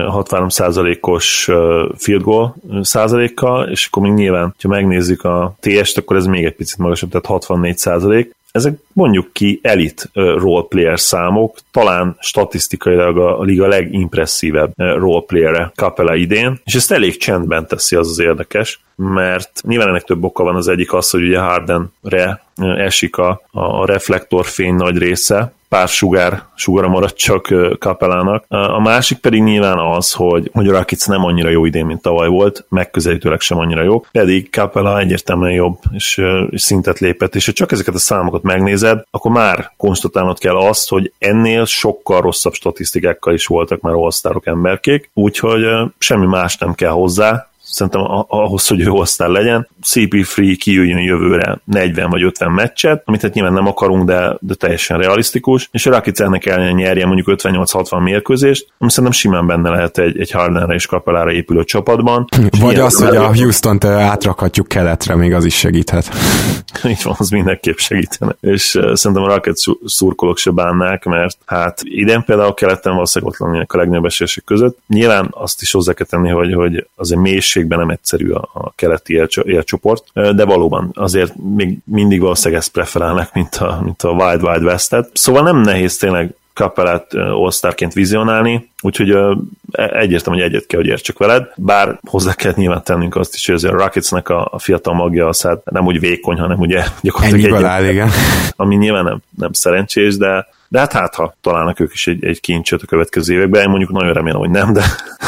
63%-os field goal százalékkal, és akkor még nyilván, ha megnézzük a TS-t, akkor ez még egy picit magasabb, tehát 64%. Ezek mondjuk ki elit roleplayer számok, talán statisztikailag a liga legimpresszívebb roleplayere Capella idén, és ezt elég csendben teszi, az érdekes, mert nyilván ennek több oka van, az egyik az, hogy ugye Hardenre esik a reflektorfény nagy része, pár sugara maradt csak Capellának. A másik pedig nyilván az, hogy a Rockets nem annyira jó idén, mint tavaly volt, megközelítőleg sem annyira jó, pedig Capella egyértelműen jobb, és szintet lépett, és ha csak ezeket a számokat megnézed, akkor már konstatálnod kell azt, hogy ennél sokkal rosszabb statisztikákkal is voltak már All-Starok emberkék, úgyhogy semmi más nem kell hozzá, szerintem ahhoz, hogy ő All-Star legyen, CP3 kijöjjön jövőre 40 vagy 50 meccset, amit hát nyilván nem akarunk, de teljesen realisztikus, és a Rockets ennek ellen nyerje mondjuk 58-60 mérkőzést, ami szerintem simán benne lehet egy Hardenre és Capellára épülő csapatban.
Vagy az, hogy a Houstont átrakhatjuk keletre, még az is segíthet.
Így van, az mindenképp segítene. És szerintem a Rockets szurkolók se bánnák, mert hát idén például keleten valószínűleg ott lennének a legnagyobb esélyesek között. Nyilván azt is hozzá kell tenni, hogy azért mélységben nem egyszerű a keleti élcsoport, de valóban azért még mindig valószínűleg ezt preferálnak, mint a Wild Wild West-et. Szóval nem nehéz tényleg Capellát All-Starként vizionálni, úgyhogy egyértelmű, hogy egyet kell, hogy értsük veled, bár hozzá kell nyilván tennünk azt is, hogy a Rocketsnek a fiatal magja az hát nem úgy vékony, hanem ugye gyakorlatilag
ennyiből áll, igen.
Ami nyilván nem szerencsés, de hát ha találnak ők is egy kincsöt a következő években, én mondjuk nagyon remélem, hogy nem,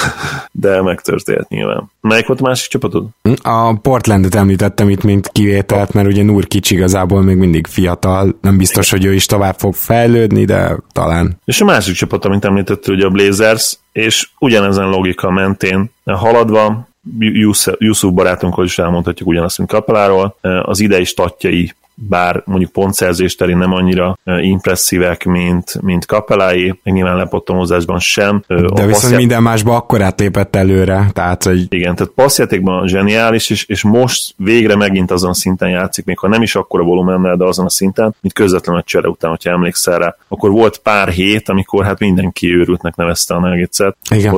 de megtörtént nyilván. Melyik volt a másik csapatod?
A Portlandet említettem itt, mint kivételt, mert ugye Nurkic igazából még mindig fiatal, nem biztos, hogy ő is tovább fog fejlődni, de talán. És
a másik csapat, amit említettél, ugye a Blazers, és ugyanezen logika mentén haladva, Yusuf barátunkról is elmondhatjuk ugyanazt, mint Capelláról, az idei statjai bár mondjuk pontszerzés terén nem annyira impresszívek, mint Capellái, meg nyilván lepottomozásban sem.
De viszont minden másban akkor átlépett előre, tehát hogy...
Igen, tehát passzjátékban zseniális, és most végre megint azon a szinten játszik, még ha nem is akkora volumennel, de azon a szinten, mint közvetlenül a csere után, hogyha emlékszel rá. Akkor volt pár hét, amikor hát mindenki őrültnek nevezte a Nuggets-et, hogy mi a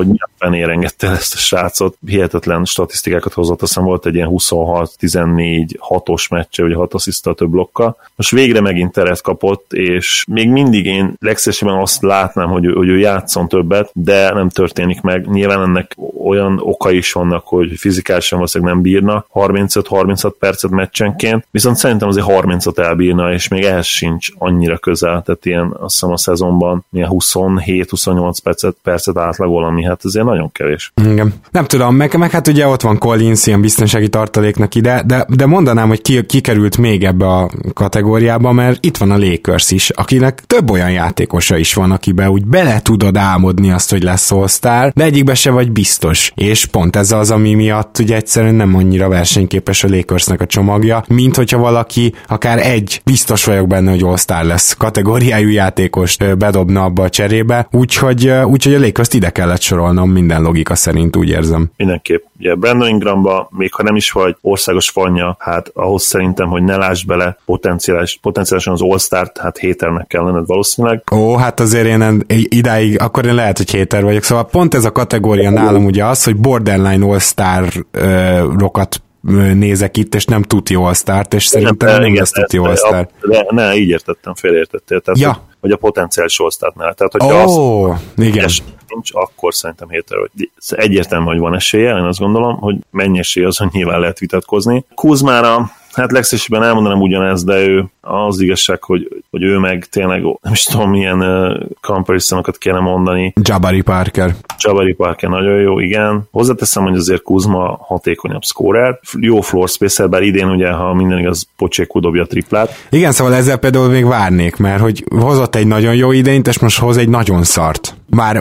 szépen érengette ezt a srácot, hihetetlen statisztikákat hozott, aztán volt egy ilyen 26-14-6-os meccse, ugye 6 assziszttal több blokka. Most végre megint teret kapott, és még mindig én legszívesebben azt látnám, hogy ő játszon többet, de nem történik meg. Nyilván ennek olyan oka is vannak, hogy fizikálisan valószínűleg nem bírna 35-36 percet meccsenként, viszont szerintem azért 30-at elbírna, és még ehhez sincs annyira közel, tehát ilyen azt hiszem a szezonban ilyen 27-28 percet átlagol, ami hát azért nagyon kevés.
Igen. Nem tudom, meg hát ugye ott van Collins ilyen biztonsági tartaléknak ide, de mondanám, hogy ki került még ebbe a kategóriába, mert itt van a Lakers is, akinek több olyan játékosa is van, akiben úgy bele tudod álmodni azt, hogy lesz All-Star, de egyikben se vagy biztos. És pont ez az, ami miatt ugye egyszerűen nem annyira versenyképes a Lakersnek a csomagja, mint hogyha valaki akár egy biztos vagyok benne, hogy All-Star lesz kategóriájú játékost bedobna abba a cserébe, úgyhogy a Lakers-t ide kellett sorolnom minden logika szerint, úgy érzem.
Mindenképp. Ugye Brandon Ingramba, még ha nem is vagy országos fanja, hát ahhoz szerintem, hogy ne lásd bele potenciálisan az All-Start, hát héternek kell lenned valószínűleg.
Ó, hát azért én idáig, akkor én lehet, hogy héter vagyok, szóval pont ez a kategória nálam ugye az, hogy borderline All-Star-rokat nézek itt, és nem tuti All-Start, és szerintem nem lesz tuti All-Star.
Ne, így értettem, félreértettél. Tehát, hogy a potenciális All-Startnál. Tehát, hogyha
igen.
Nincs, akkor szerintem héter vagy. Egyértelmű, hogy van esélye, én azt gondolom, hogy mennyi esélye azon nyilván lehet vitatkozni. Kuzmára, hát legszívesebben elmondanám ugyanezt, de ő az igazság, hogy ő meg tényleg, nem is tudom, milyen comparisons-okat kéne mondani.
Jabari Parker
nagyon jó, igen. Hozzáteszem, hogy azért Kuzma hatékonyabb scorer, jó floor spacer, bár idén ugye, ha minden igaz, Pocsékú dobja a triplát.
Igen, szóval ezzel például még várnék, mert hogy hozott egy nagyon jó idényt, és most hoz egy nagyon szart. Már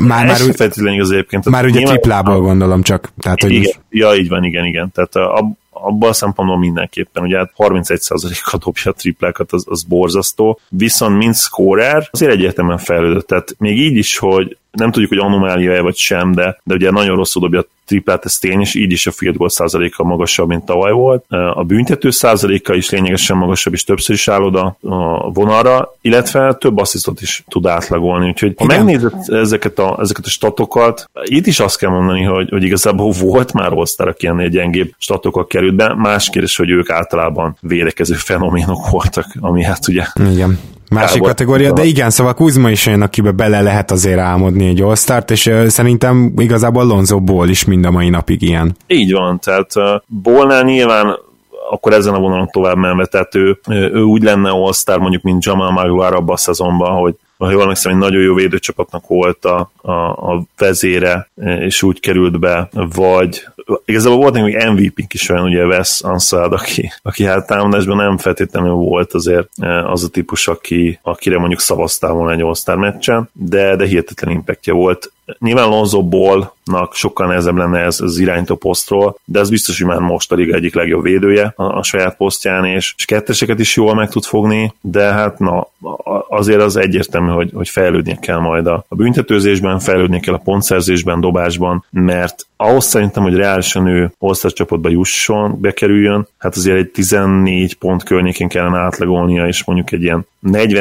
ugye triplából gondolom csak. Tehát, hogy
igen. Ja, így van, igen. Tehát abban a szempontból mindenképpen, ugye hát 31%-kal dobja a triplákat, az borzasztó, viszont mint scorer azért egyértelműen fejlődött, tehát még így is, hogy nem tudjuk, hogy anomália vagy sem, de ugye nagyon rosszul dobja a triplát, ez tény, és így is a field goal százaléka magasabb, mint tavaly volt. A büntető százaléka is lényegesen magasabb, és többször is állod a vonalra, illetve több asszisztot is tud átlagolni, úgyhogy ha megnézed ezeket a statokat, itt is azt kell mondani, hogy igazából volt már All-Star, aki ennél gyengébb statokkal került be, más kérdés, hogy ők általában védekező fenoménok voltak, ami hát ugye...
Igen. Másik kategória, de igen, szóval Kuzma is olyan, akibe bele lehet azért álmodni egy All-Start, és szerintem igazából Lonzo Ball is mind a mai napig ilyen.
Így van, tehát Ballnál nyilván akkor ezen a vonalon tovább menve, tehát ő úgy lenne All-Star mondjuk, mint Jamal Magloire abban a szezonban, hogy ha jól emlékszem, egy nagyon jó védőcsapatnak volt a vezére, és úgy került be, vagy igazából volt még MVP-k is olyan, ugye Wes Unseld, aki hát támadásban nem feltétlenül volt azért az a típus, akire mondjuk szavaztál volna egy All-Star meccsen, de hihetetlen impactja volt. Nyilván Lonzo Ballnak sokkal nehezebb lenne ez irányító posztról, de ez biztos, hogy már most a liga egyik legjobb védője a saját posztján, és ketteseket is jól meg tud fogni, de hát azért az egyértelmű, hogy fejlődnie kell majd a büntetőzésben, fejlődnie kell a pontszerzésben, dobásban, mert ahhoz szerintem, hogy reálisan ő All-Star csapatba jusson, bekerüljön, hát azért egy 14 pont környékén kellene átlagolnia, és mondjuk egy ilyen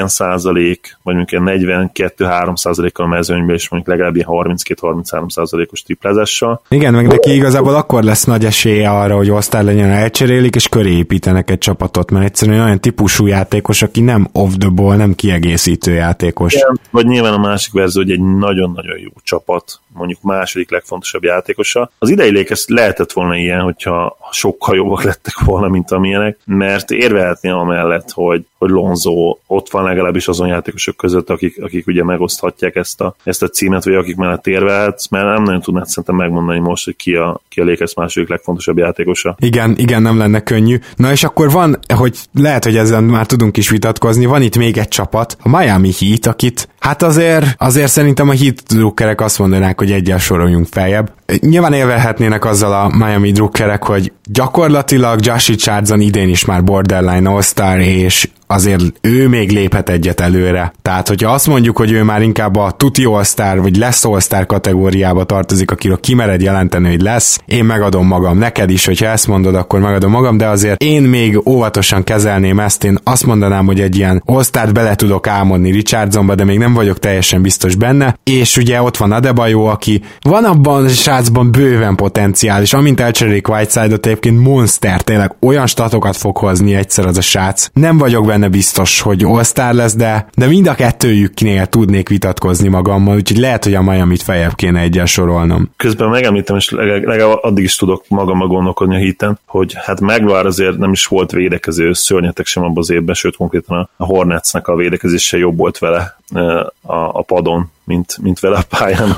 40%, vagy mondjuk egy 42-3%-kal mezőnyben, és mondjuk legalább ilyen 32-33%-os triplázással.
Igen, meg neki igazából akkor lesz nagy esélye arra, hogy All-Star legyen, elcserélik, és köré építenek egy csapatot, mert egyszerűen olyan típusú játékos, aki nem off the ball, nem kiegészítő játékos.
Igen, vagy nyilván a másik verzió, hogy egy nagyon-nagyon jó csapat, mondjuk második legfontosabb játékosa. Az idei Lakers lehetett volna ilyen, hogyha sokkal jobbak lettek volna, mint amilyenek, mert érvehetné amellett, hogy Lonzo ott van legalábbis azon játékosok között, akik ugye megoszthatják ezt a címet, vagy akik mellett érvehetsz, mert nem nagyon tudnád szerintem megmondani most, hogy ki a Lakers második legfontosabb játékosa.
Igen, nem lenne könnyű. Na és akkor van, hogy lehet, hogy ezzel már tudunk is vitatkozni, van itt még egy csapat, a Miami Heat, akit hát azért szerintem a Heat drukkerek azt mondanák, hogy egyel soroljunk feljebb. Nyilván élvelhetnének azzal a Miami drukkerek, hogy gyakorlatilag Josh Richardson idén is már borderline All-Star, és azért ő még léphet egyet előre. Tehát, hogyha azt mondjuk, hogy ő már inkább a tuti All-Star, vagy lesz All-Star kategóriába tartozik, akiről kimered jelenteni, hogy lesz, én megadom magam. Neked is, hogyha ezt mondod, akkor megadom magam, de azért én még óvatosan kezelném ezt, én azt mondanám, hogy egy ilyen All-Start bele tudok álmodni Richardsonba, de még nem nem vagyok teljesen biztos benne, és ugye ott van Adebayo, aki van abban a srácban bőven potenciál, és amint elcserélik Whiteside-ot, egyébként monster, tényleg olyan statokat fog hozni egyszer az a srác. Nem vagyok benne biztos, hogy All-Star lesz, de mind a kettőjüknél tudnék vitatkozni magammal, úgyhogy lehet, hogy a Miamit feljebb kéne egyel sorolnom.
Közben megemlítem, és legalább addig is tudok magammal gondolkodni a héten, hogy hát Maguire azért nem is volt védekező szörnyetek sem abban az évben, sőt konkrétan a Hornetsnek a védekezése jobb volt vele a padon, mint vele a pályán.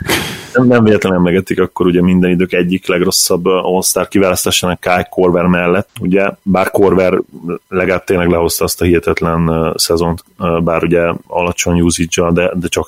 Nem véletlenül emlegetik akkor ugye minden idők egyik legrosszabb All-Star kiválasztásának Kyle Korver mellett, ugye, bár Korver legalább tényleg lehozta azt a hihetetlen szezont, bár ugye alacsony usage-a, de csak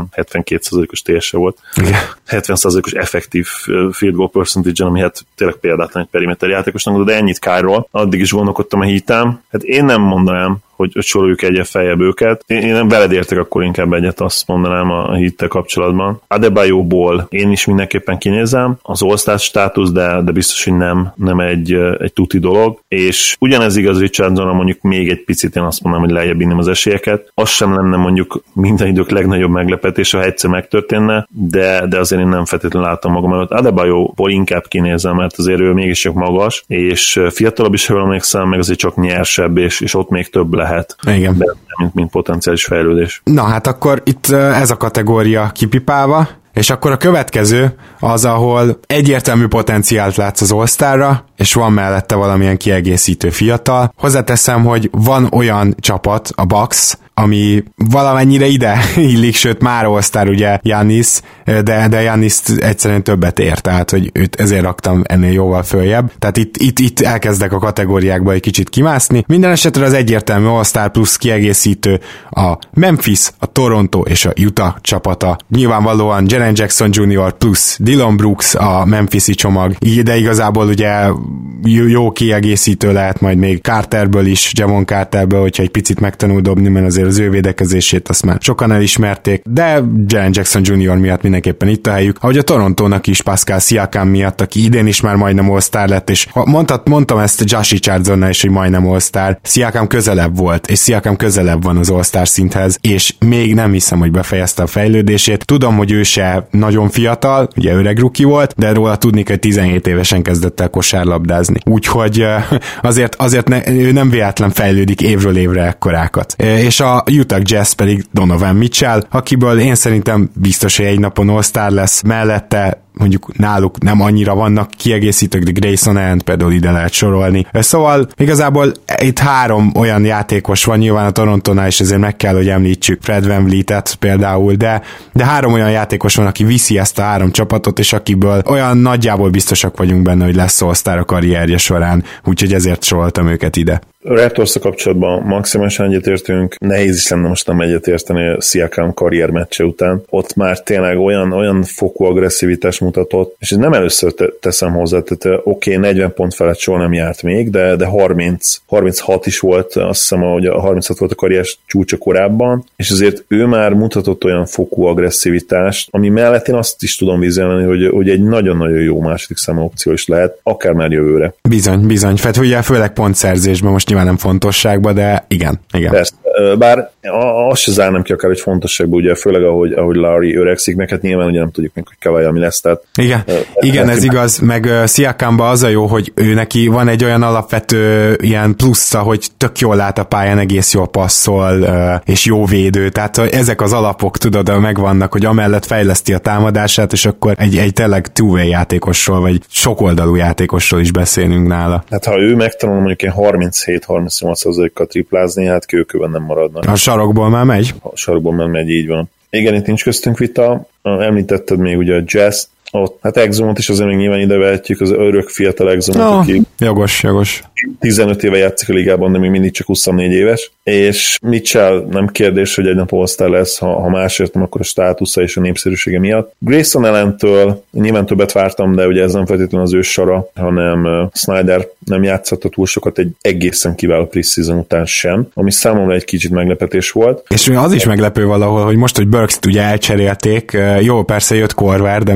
72%-os TS-e volt. Igen. 70%-os effektív field goal percentage-en, ami hát tényleg példátlan egy perimeter játékosnak, de ennyit Kyle-ról. Addig is gondolkodtam a hitám. Hát én nem mondanám, hogy soroljuk egyet feljebb őket. Én nem veled értek akkor inkább egyet, azt mondanám a hittel kapcsolatban. Adebayoból én is mindenképpen kinézem, az All-Star státusz, de biztos, hogy nem egy tuti dolog, és ugyanez igaz Richardsonra, mondjuk még egy picit én azt mondanám, hogy lejjebb inném az esélyeket. Az sem lenne mondjuk minden idők legnagyobb meglepetés, ha egyszer megtörténne, de azért én nem feltétlenül látom magam előtt. Adebayoból inkább kinézem, mert azért ő mégis csak magas, és fiatalabb is, ha emlékszem, meg azért csak nyersebb, és ott még több lehet.
Igen.
De mint potenciális fejlődés.
Na hát akkor itt ez a kategória kipipálva, és akkor a következő az, ahol egyértelmű potenciált látsz az All-Starra, és van mellette valamilyen kiegészítő fiatal. Hozzáteszem, hogy van olyan csapat, a Bucks, ami valamennyire ide illik, sőt már All-Star ugye Giannis, de Giannis egyszerűen többet ér, tehát hogy őt ezért raktam ennél jóval följebb. Tehát itt elkezdek a kategóriákba egy kicsit kimászni. Minden esetre az egyértelmű All-Star plusz kiegészítő a Memphis, a Toronto és a Utah csapata. Nyilvánvalóan Jaren Jackson Jr. plusz Dillon Brooks a Memphisi csomag, de igazából ugye jó kiegészítő lehet majd még Carterből is, Javon Carterből, hogyha egy picit megtanul dobni, mert azért az ő védekezését azt már sokan elismerték, de Jaren Jackson Jr. miatt mindenképpen itt a helyük, ahogy a Torontónak is Pascal Siakam miatt, aki idén is már majdnem All-Star lett, és mondtam ezt Josh Richardsonnal is, hogy majdnem All-Star, Siakam közelebb volt, és Siakam közelebb van az All-Star szinthez, és még nem hiszem, hogy befejezte a fejlődését. Tudom, hogy ő se nagyon fiatal, ugye öreg rookie volt, de róla tudni, hogy 17 évesen kezdett el kosárlabdázni. Úgyhogy azért ő nem véletlen fejlődik évről évre ekkorákat. És a Utah Jazz pedig Donovan Mitchell, akiből én szerintem biztos, hogy egy napon All-Star lesz, mellette mondjuk náluk nem annyira vannak kiegészítők, de Grayson Allen például ide lehet sorolni. Szóval igazából itt 3 olyan játékos van, nyilván a Torontónál is ezért meg kell, hogy említsük Fred VanVleet-et például, de 3 olyan játékos van, aki viszi ezt a 3 csapatot, és akiből olyan nagyjából biztosak vagyunk benne, hogy lesz All-Star a karrierje során, úgyhogy ezért soroltam őket ide.
Raptors-a kapcsolatban maximálisan egyetértünk, nehéz is lenne most nem egyetérteni a Siakam karrier meccse után. Ott már tényleg olyan fokú agresszivitás mutatott, és nem először teszem hozzá, tehát oké, 40 pont felett soha nem járt még, de 36 is volt, azt hiszem, hogy a 36 volt a karrier csúcsa korábban, és azért ő már mutatott olyan fokú agresszivitást, ami mellett én azt is tudom vizelni, hogy egy nagyon-nagyon jó második számú opció is lehet, akár már jövőre.
Bizony. Főleg pontszerzésben most nyilván nem fontosságban, de igen.
Persze, bár azt se zárnám ki akár, hogy fontosságban, ugye főleg ahogy Larry öregszik, meg hát nyilván ugye nem tudjuk meg, hogy Kawhi mi lesz, tehát...
Igen, ez igaz, meg Siakamban az a jó, hogy ő neki van egy olyan alapvető ilyen plusza, hogy tök jól lát a pályán, egész jól passzol, és jó védő, tehát ezek az alapok, tudod, megvannak, hogy amellett fejleszti a támadását, és akkor egy tényleg two-way játékosról, vagy sokoldalú játékosról is beszélünk nála.
Hát ha ő megtanul mondjuk ilyen 37-38%-kal triplázni, hát kőkőben nem maradnak.
A sarokból már megy?
A sarokból már megy, így van. Igen, itt nincs köztünk vita. Említetted még ugye a Jazz, ott, hát Exumot is azért még nyilván ide vehetjük, az örök fiatal Exumot, aki
jogos.
15 éve játszik a ligában, de még mindig csak 24 éves, és Mitchell nem kérdés, hogy egy nap All-Star lesz, ha másért nem, akkor a státusza és a népszerűsége miatt. Grayson Allentől nyilván többet vártam, de ugye ez nem feltétlenül az ő sora, hanem Snyder nem játszott túl sokat egy egészen kiváló preseason után sem, ami számomra egy kicsit meglepetés volt.
És az is meglepő valahol, hogy most, hogy Burks-t ugye elcserélték, jó, persze jött Korver, de még mindig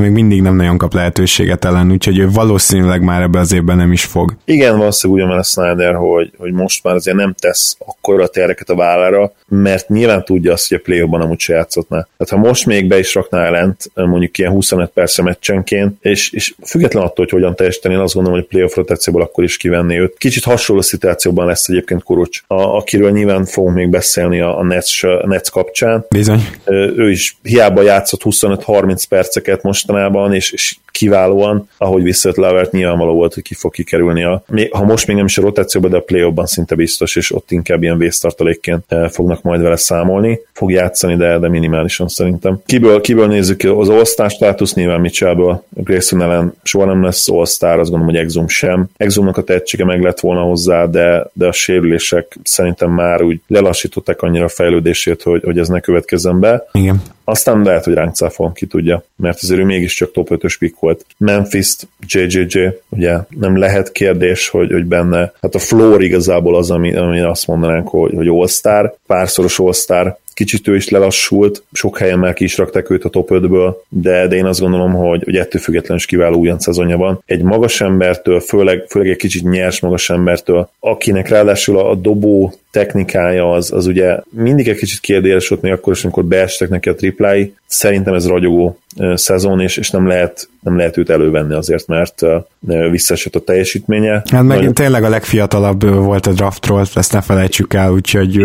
nem nagyon kap lehetőséget ellen, úgyhogy ő valószínűleg már ebbe az évben nem is fog.
Igen, valószínűleg ugyan a Snyder, hogy most már azért nem tesz akkora terheket a vállára, mert nyilván tudja azt, hogy a play-offban amúgy se játszottná. Tehát ha most még be is rakná lent, mondjuk ilyen 25 perc meccsenként, és független attól, hogy hogyan teljesíteni, én azt gondolom, hogy a playoff rotációból akkor is kivenni őt. Kicsit hasonló szituációban lesz egyébként Kurucs, akiről nyilván fogunk még beszélni a Nets kapcsán.
Bizony.
Ő is hiába játszott 25-30 perceket mostanában, és kiválóan, ahogy visszajött Levert, nyilvánvaló volt, hogy ki fog kikerülni ha most még nem is a rotációban, de a play-offban szinte biztos, és ott inkább ilyen vésztartalékként fognak majd vele számolni. Fog játszani, de minimálisan szerintem. Kiből nézzük az All-Star státusz, nyilván Mitchellből. Grayson ellen soha nem lesz All-Star, azt gondolom, hogy Exum sem. Exumnak a tehetsége meg lett volna hozzá, de a sérülések szerintem már úgy lelassították annyira a fejlődését, hogy ez ne következzen be.
Igen.
Aztán lehet, hogy ránk cáfol, ki tudja, mert azért ő mégiscsak top 5-ös pick volt. Memphis, JJJ, ugye nem lehet kérdés, hogy benne, hát a floor igazából az, ami azt mondanánk, hogy All-Star, párszoros All-Star, kicsit ő is lelassult, sok helyen már ki is rakták őt a top 5-ből, de én azt gondolom, hogy ettől függetlenül is kiváló újonc szezonja van. Egy magas embertől, főleg egy kicsit nyers magas embertől, akinek ráadásul a dobó technikája az ugye mindig egy kicsit kérdéles volt, még akkor is, amikor beestek neki a triplái. Szerintem ez ragyogó szezon, és nem lehet őt elővenni azért, mert visszaesett a teljesítménye.
Hát megint tényleg a legfiatalabb volt a draftról, ezt ne felejtsük el, úgyhogy...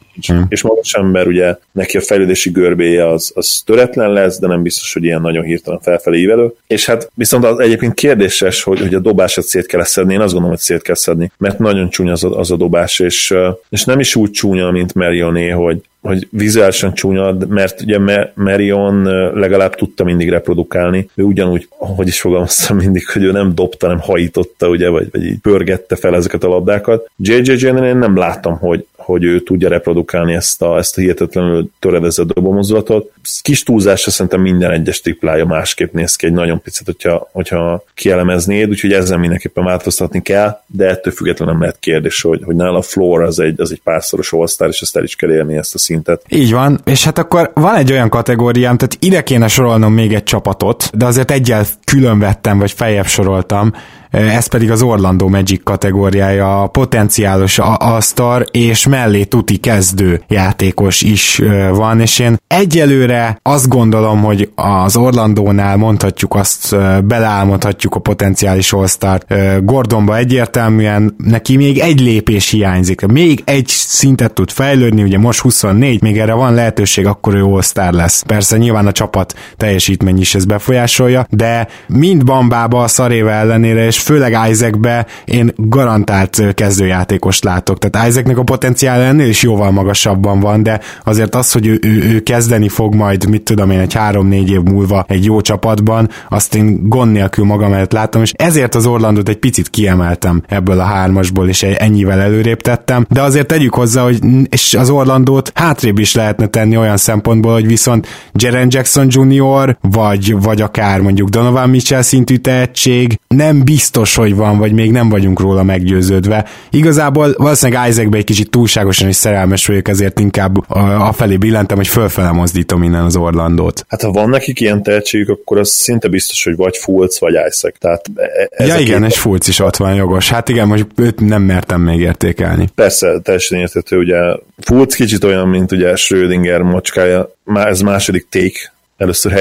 És magas ember, ugye neki a fejlődési görbéje az töretlen lesz, de nem biztos, hogy ilyen nagyon hirtelen felfelé ívelő. És hát viszont az egyébként kérdéses, hogy a dobását szét kell szedni, én azt gondolom, hogy szét kell szedni, mert nagyon csúnya az a dobás, és nem is úgy csúnya, mint Marioné, hogy vizuálisan csúnya, mert ugye Marion legalább tudta mindig reprodukálni. Ő ugyanúgy, hogy is fogalmaztam mindig, hogy ő nem dobta, nem hajította, ugye, vagy így pörgette fel ezeket a labdákat. JJJ-nél én nem láttam, hogy ő tudja reprodukálni ezt a hihetetlenül töredezett dobomozdulatot. Kis túlzásra szerintem minden egyes triplája másképp néz ki, egy nagyon picit, hogyha kielemeznéd, úgyhogy ezzel mindenképpen változtatni kell, de ettől függetlenül nem lehet kérdés, hogy nála a floor az egy párszoros all-star, és ezt el is kell élni, ezt a szintet.
Így van, és hát akkor van egy olyan kategóriám, tehát ide kéne sorolnom még egy csapatot, de azért egyel külön vettem, vagy feljebb soroltam, ez pedig az Orlando Magic kategóriája, a potenciálos all-star és mellé tuti kezdő játékos is van, és én egyelőre azt gondolom, hogy az Orlandónál mondhatjuk azt, beleálmodhatjuk a potenciális all-start. Gordonba egyértelműen neki még egy lépés hiányzik, még egy szintet tud fejlődni, ugye most 24, még erre van lehetőség, akkor ő all-star lesz. Persze nyilván a csapat teljesítmény is ez befolyásolja, de mind Bambába a szaréva ellenére, és főleg Isaacbe én garantált kezdőjátékost látok. Tehát Isaacnek a potenciál ennél is jóval magasabban van, de azért az, hogy ő kezdeni fog majd, mit tudom én, egy 3-4 év múlva egy jó csapatban, azt én gond nélkül magam előtt látom, és ezért az Orlandót egy picit kiemeltem ebből a 3-asból, és ennyivel előrébb tettem, de azért tegyük hozzá, hogy és az Orlandót hátrébb is lehetne tenni olyan szempontból, hogy viszont Jaren Jackson Jr. vagy akár mondjuk Donovan Mitchell szintű tehetség nem biztos, hogy van, vagy még nem vagyunk róla meggyőződve. Igazából valószínűleg Isaacbe egy kicsit túlságosan is szerelmes vagyok, ezért inkább afelé billentem, hogy fölfele mozdítom innen az Orlandót.
Hát ha van nekik ilyen tehetségük, akkor az szinte biztos, hogy vagy Fultz, vagy Isaac. Tehát
ja igen, és Fultz is ott van, jogos. Hát igen, most őt nem mertem még értékelni.
Persze, teljesen érthető, ugye Fultz kicsit olyan, mint ugye Schrödinger macskája, ez második take, először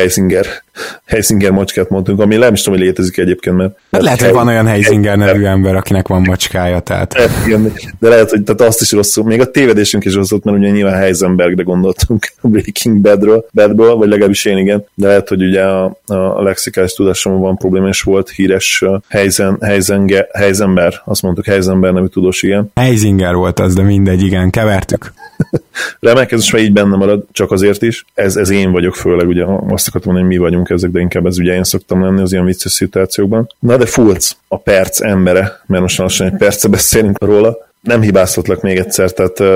Heisinger macskát mondtunk, ami nem is tudom, hogy létezik egyébként, mert...
Hát lehet, hogy van olyan Heisinger nevű ember, akinek van macskája, tehát...
Igen, de lehet, hogy tehát azt is rosszul, még a tévedésünk is rosszul, mert ugye nyilván Heisenbergre gondoltunk a Breaking Badből, vagy legalábbis én igen, de lehet, hogy ugye a lexikális tudásomban van probléma, és volt híres Heisenberg, azt mondtuk Heisenberg nevű tudós, igen.
Heisinger volt az, de mindegy, igen, kevertük.
Remek, ez most már így benne marad, csak azért is. Ez én vagyok főleg, ugye azt akartam mondani, hogy mi vagyunk ezek, de inkább ez ugye én szoktam lenni az ilyen vicces szituációkban. Na de Fultz, a perc embere, mert most lassan egy perce beszélünk róla. Nem hibáztatlak még egyszer, tehát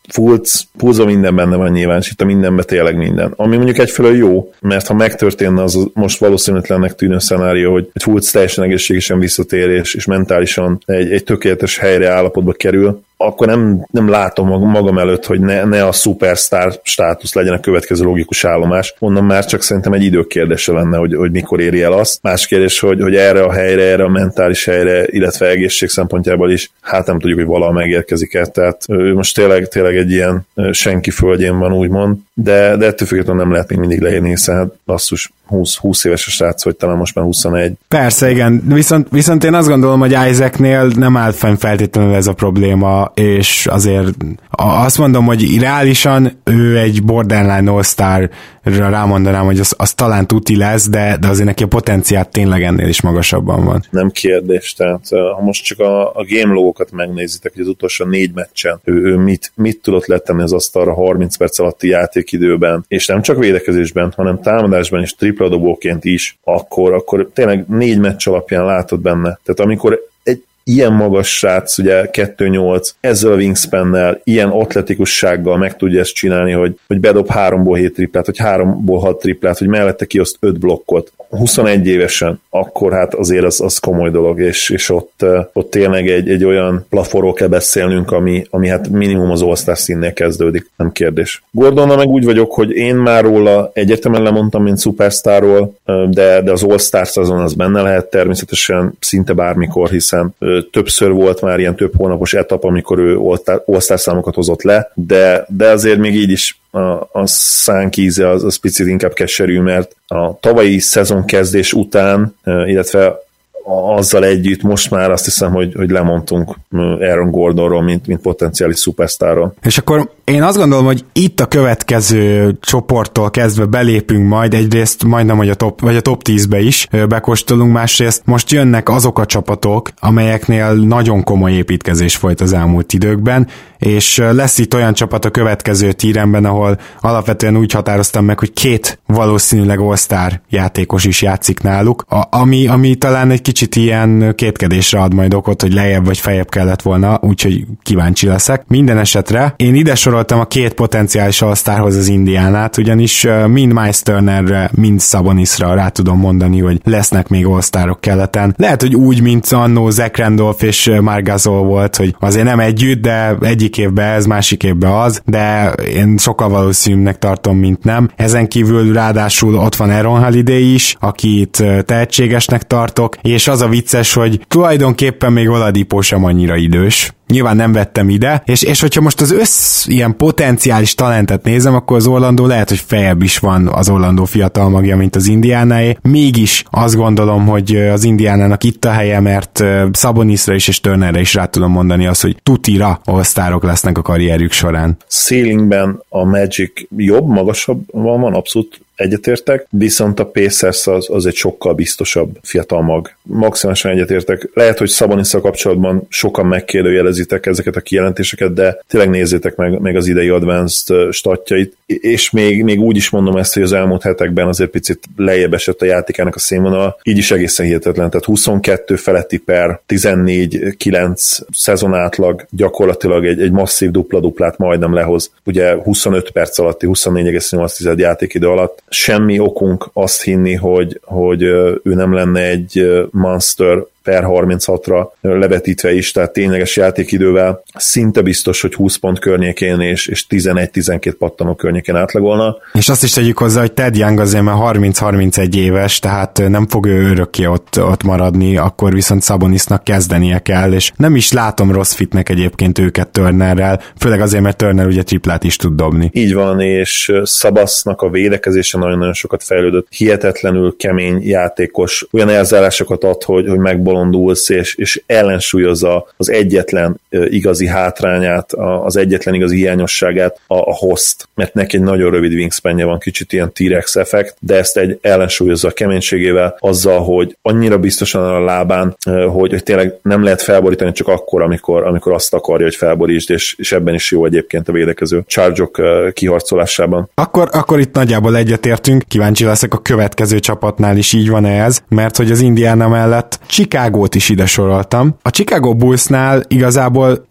Fultzban minden benne van nyilván, és itt a mindenben tényleg minden. Ami mondjuk egyfelől jó, mert ha megtörténne az most valószínűtlennek tűnő szenárió, hogy egy Fultz teljesen egészségesen visszatér, és mentálisan egy tökéletes helyre állapotba kerül, akkor nem látom magam előtt, hogy ne a szupersztár státusz legyen a következő logikus állomás. Onnan már csak szerintem egy időkérdése lenne, hogy mikor éri el azt. Más kérdés, hogy erre a helyre, erre a mentális helyre, illetve egészség szempontjából is, hát nem tudjuk, hogy valaha megérkezik-e. Tehát ő most tényleg egy ilyen senki földjén van, úgymond, de ettől függetlenül nem lehet még mindig leírni, hiszen hát basszus, 20 éves a srác, vagy talán most már 21.
Persze, igen. Viszont én azt gondolom, hogy Isaacnél nem áll fenn feltétlenül ez a probléma, és azért azt mondom, hogy reálisan ő egy borderline all-star rámondanám, hogy az talán tuti lesz, de azért neki a potenciál tényleg ennél is magasabban van.
Nem kérdés, tehát ha most csak a game logokat megnézitek, hogy az utolsó 4 meccsen ő mit tudott letenni az asztalra 30 perc alatti játékidőben, és nem csak védekezésben, hanem támadásban és tripla-dobóként is, akkor tényleg 4 meccs alapján látod benne. Tehát amikor ilyen magas srác, ugye 2-8, ezzel a wingspannel, ilyen atletikussággal meg tudja ezt csinálni, hogy bedob 3-ból 7 triplát, vagy 3-ból 6 triplát, hogy mellette kioszt 5 blokkot, 21 évesen, akkor hát azért az komoly dolog, és ott tényleg egy olyan plafonról kell beszélnünk, ami hát minimum az All-Star színnél kezdődik, nem kérdés. Gordonnal meg úgy vagyok, hogy én már róla egyetemen lemondtam, mint szupersztárról, de az All-Star szezon az benne lehet természetesen szinte bármikor, hiszen többször volt már ilyen több hónapos etap, amikor ő All-Star számokat hozott le, de azért még így is a szánk íze az picit inkább keserű, mert a tavalyi szezon kezdés után, illetve azzal együtt most már azt hiszem, hogy lemondtunk Aaron Gordonról, mint potenciális szupersztárról.
És akkor én azt gondolom, hogy itt a következő csoporttól kezdve belépünk majd, egyrészt majdnem, hogy a top 10-be is bekóstolunk, másrészt most jönnek azok a csapatok, amelyeknél nagyon komoly építkezés folyt az elmúlt időkben, és lesz itt olyan csapat a következő tíremben, ahol alapvetően úgy határoztam meg, hogy 2 valószínűleg All-Star játékos is játszik náluk, ami talán egy kicsit ilyen kétkedésre ad majd okot, hogy lejjebb vagy feljebb kellett volna, úgyhogy kíváncsi leszek. Minden esetre én ide soroltam a 2 potenciális All-Starhoz az Indiánát, ugyanis mind Miles Turnerre, mind Sabonisra rá tudom mondani, hogy lesznek még All-Starok keleten. Lehet, hogy úgy, mint annó Zach Randolph és Marc Gasol volt, hogy azért nem együtt, de egyik évben ez, másik évben az, de én sokkal valószínűnek tartom, mint nem. Ezen kívül ráadásul ott van Aaron Holiday is, akit tehetségesnek tartok, és az a vicces, hogy tulajdonképpen még Oladipo sem annyira idős. Nyilván nem vettem ide, és hogyha most az ilyen potenciális talentet nézem, akkor az Orlandó lehet, hogy feljebb is van az Orlandó fiatal magja, mint az Indiánáé. Mégis azt gondolom, hogy az Indiánának itt a helye, mert Sabonisra is és Turnerre is rá tudom mondani azt, hogy tutira all-sztárok lesznek a karrierjük során.
Ceilingben a Magic jobb, magasabb van abszolút egyetértek, viszont a Pacers az egy sokkal biztosabb fiatal mag. Maximálisan egyetértek. Lehet, hogy Szabonisszal kapcsolatban sokan megkérdőjelezitek ezeket a kijelentéseket, de tényleg nézzétek meg az idei advanced statjait, és még úgy is mondom ezt, hogy az elmúlt hetekben azért picit lejjebb esett a játékának a színvonal, így is egészen hihetetlen, tehát 22 feletti per, 14-9 szezon átlag, gyakorlatilag egy masszív dupla-duplát majdnem lehoz, ugye 25 perc alatti, 24,8 játékidő alatt. Semmi okunk azt hinni, hogy ő nem lenne egy monster per 36-ra levetítve is, tehát tényleges játékidővel szinte biztos, hogy 20 pont környékén és 11-12 pattanó környékén átlagolna.
És azt is tegyük hozzá, hogy Ted Young azért már 30-31 éves, tehát nem fog ő örökké ott maradni, akkor viszont Sabonisnak kezdenie kell, és nem is látom rossz fitnek egyébként őket Turnerrel, főleg azért, mert Turner ugye triplát is tud dobni.
Így van, és Szabasznak a védekezése nagyon-nagyon sokat fejlődött, hihetetlenül kemény játékos, olyan elzárásokat ad, hogy megbolondulsz, és ellensúlyozza az egyetlen igazi hátrányát, az egyetlen igazi hiányosságát, a host, mert neki egy nagyon rövid wingspanje van, kicsit ilyen T-Rex effekt, de ezt ellensúlyozza a keménységével, azzal, hogy annyira biztosan a lábán, hogy tényleg nem lehet felborítani csak akkor, amikor azt akarja, hogy felborítsd, és ebben is jó egyébként a védekező charge-ok kiharcolásában.
Akkor itt nagyjából egyetértünk, kíváncsi leszek a következő csapatnál is így van ez, mert hogy az Indiana mellett Chicagót is ide soroltam. A Chicago Bullsnál igazából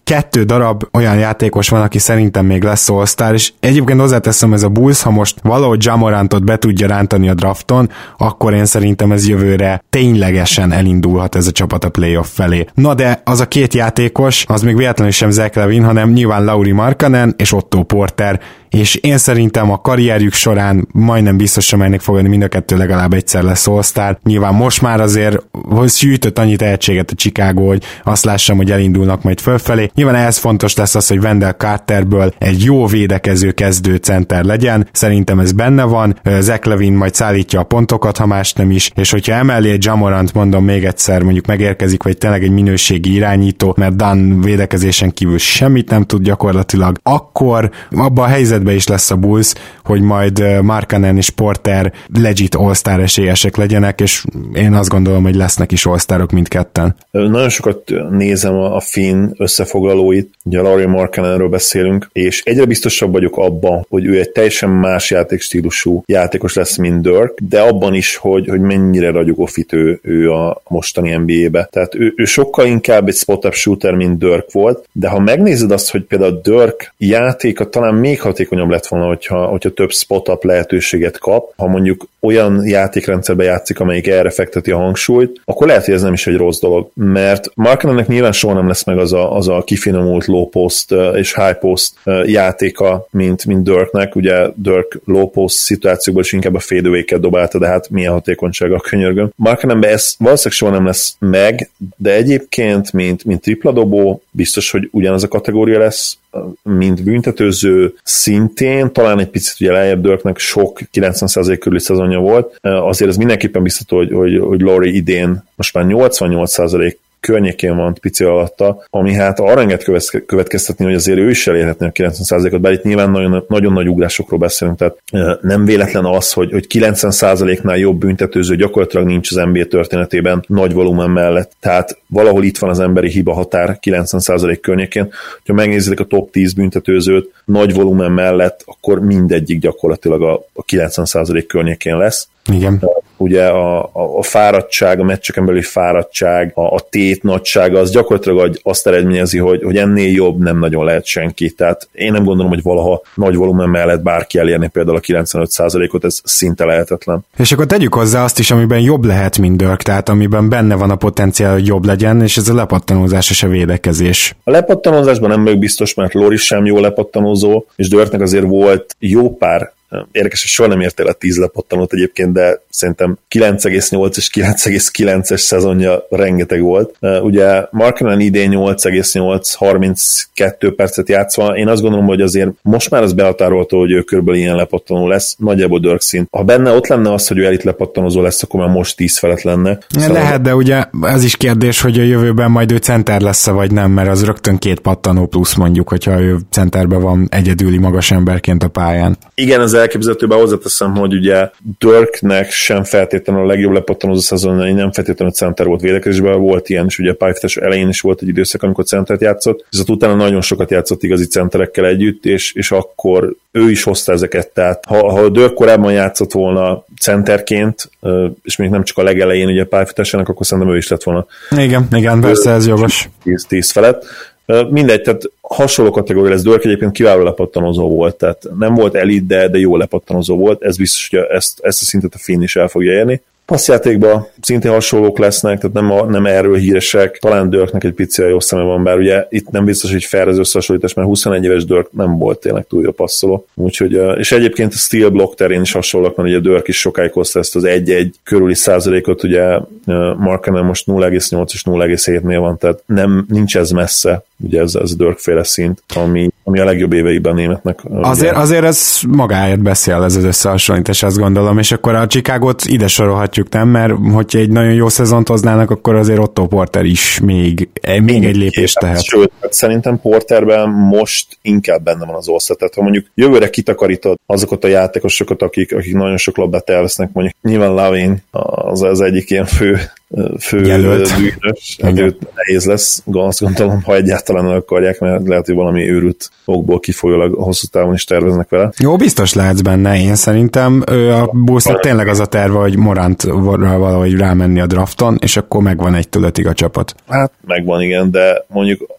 2 darab olyan játékos van, aki szerintem még lesz All-Star, és egyébként hozzáteszem, ez a Bulls, ha most valahogy Ja Morantot be tudja rántani a drafton, akkor én szerintem ez jövőre ténylegesen elindulhat ez a csapat a playoff felé. Na de az a 2 játékos, az még véletlenül sem Zach LaVine, hanem nyilván Lauri Markkanen és Otto Porter, és én szerintem a karrierjük során majdnem biztosan mennek fogadni, mind a 2 legalább egyszer lesz All-Star. Nyilván most már azért gyűjtött annyi tehetséget a Chicago, hogy azt lássam, hogy elindulnak majd fölfelé. Nyilván ehhez fontos lesz az, hogy Wendell Carterből egy jó védekező kezdő center legyen. Szerintem ez benne van. Zach LaVine majd szállítja a pontokat, ha más nem is, és hogyha emellé Ja Morant, mondom még egyszer, mondjuk megérkezik, vagy tényleg egy minőségi irányító, mert Dan védekezésen kívül semmit nem tud gyakorlatilag, akkor abban a helyzetben is lesz a Bulls, hogy majd Markkanen és Porter legit All-Star esélyesek legyenek, és én azt gondolom, hogy lesznek is All-Starok mindketten.
Nagyon sokat nézem a Finn összefoglalóit, ugye a Lauri Markkanenről beszélünk, és egyre biztosabb vagyok abban, hogy ő egy teljesen más játékstílusú játékos lesz, mint Dirk, de abban is, hogy mennyire ragyogó fit ő a mostani NBA-be. Tehát ő sokkal inkább egy spot-up shooter, mint Dirk volt, de ha megnézed azt, hogy például Dirk játéka talán még hatékonyabb lett volna, hogyha több spot-up lehetőséget kap, ha mondjuk olyan játékrendszerbe játszik, amelyik erre fekteti a hangsúlyt, akkor lehet, hogy ez nem is egy rossz dolog, mert Markkanennek nyilván soha nem lesz meg az a kifinomult low post és high post játéka, mint Dirknek. Ugye Dirk low post szituációkban is inkább a fadeaway-ket dobálta, de hát milyen hatékonysága a könyörgöm. Markkanenben ez valószínűleg soha nem lesz meg, de egyébként, mint tripladobó, biztos, hogy ugyanaz a kategória lesz, mint büntetőző szintén, talán egy picit ugye lejjebb Dirknek sok 90% körüli szezonja volt, azért ez mindenképpen biztató, hogy Lauri idén most már 88% környékén van pici alatta, ami hát arra enged következtetni, hogy azért ő is elérhetné a 90%-ot, bár itt nyilván nagyon, nagyon nagy ugrásokról beszélünk, tehát nem véletlen az, hogy 90%-nál jobb büntetőző gyakorlatilag nincs az NBA történetében nagy volumen mellett, tehát valahol itt van az emberi hiba határ 90% környékén. Ha megnézitek a top 10 büntetőzőt nagy volumen mellett, akkor mindegyik gyakorlatilag a 90% környékén lesz.
Igen.
Ugye a fáradtság, a meccseken belüli fáradtság, a tét nagysága, az gyakorlatilag azt eredményezi, hogy ennél jobb nem nagyon lehet senki. Tehát én nem gondolom, hogy valaha nagy volumen mellett bárki elérni például a 95%-ot, ez szinte lehetetlen.
És akkor tegyük hozzá azt is, amiben jobb lehet, mint Dirk, tehát amiben benne van a potenciál, hogy jobb legyen, és ez a lepattanózás és a védekezés.
A lepattanózásban nem vagyok biztos, mert Lauri sem jó lepattanózó, és Dirknek azért volt jó pár. Érdekes, hogy soha nem ért el a 10 lepattanót egyébként, de szerintem 9,8 és 9,9-es szezonja rengeteg volt. Ugye Markkanen idén 8,8, 32 percet játszva, én azt gondolom, hogy azért most már az behatárolta, hogy ő körülbelül ilyen lepattanó lesz, nagyjából Dirk szint. Ha benne ott lenne az, hogy ő elit lepattanózó lesz, akkor már most 10 felett lenne.
Lehet, de ugye ez is kérdés, hogy a jövőben majd ő center lesz-e vagy nem, mert az rögtön 2 pattanó plusz mondjuk, hogyha ő centerben van egyedüli magas emberként a pályán.
Igen, az elképzelhetőben hozzáteszem, hogy ugye Dirknek sem feltétlenül a legjobb lepattanózó szezonjai, nem feltétlenül center volt védekezésben, volt ilyen, és ugye a pályafutása elején is volt egy időszak, amikor centert játszott, viszont utána nagyon sokat játszott igazi centerekkel együtt, és akkor ő is hozta ezeket, tehát ha Dirk korábban játszott volna centerként, és még nem csak a legelején ugye a pályafutásának, akkor szerintem ő is lett volna.
Igen, persze ez jogos.
10 felett. Mindegy, tehát hasonló kategória lesz. Dirk egyébként kiváló lepattanozó volt, tehát nem volt elit, de jó lepattanozó volt, ez biztos, hogy ezt a szintet a Finn is el fogja érni. Passzjátékban szintén hasonlók lesznek, tehát nem erről híresek, talán Dirknek egy pici jó szeme van, bár ugye itt nem biztos, hogy fair az összehasonlítás, mert 21 éves Dirk nem volt tényleg túl jó passzoló. Úgyhogy, és egyébként a steal block terén is hasonlók, mert ugye Dirk is sokáig hozta ezt az 1-1 körüli százalékot, ugye Markkanen most 0,8 és 0,7-nél van, tehát nincs ez messze, ugye ez a Dirk féle szint, ami a legjobb éveiben németnek.
Azért ez magáért beszél ez az összehasonlítás, azt gondolom, és akkor a Chicagót ide sorolhatjuk, nem? Mert hogyha egy nagyon jó szezont hoznának, akkor azért Otto Porter is még egy lépést tehet.
Sőt, szerintem Porterben most inkább benne van az All-Star. Tehát ha mondjuk jövőre kitakarítod azokat a játékosokat, akik nagyon sok labdát elvesznek, mondjuk nyilván Lavin az egyik ilyen fő bűnös, őt nehéz lesz, azt gondolom, ha egyáltalán el akarják, mert lehet, hogy valami őrült okból kifolyólag hosszú távon is terveznek vele.
Jó, biztos lehetsz benne, én szerintem a Bullsnak tényleg az a terve, hogy Morant valahogy rámenni a drafton, és akkor megvan 1-5-ig a csapat.
Hát megvan, igen, de mondjuk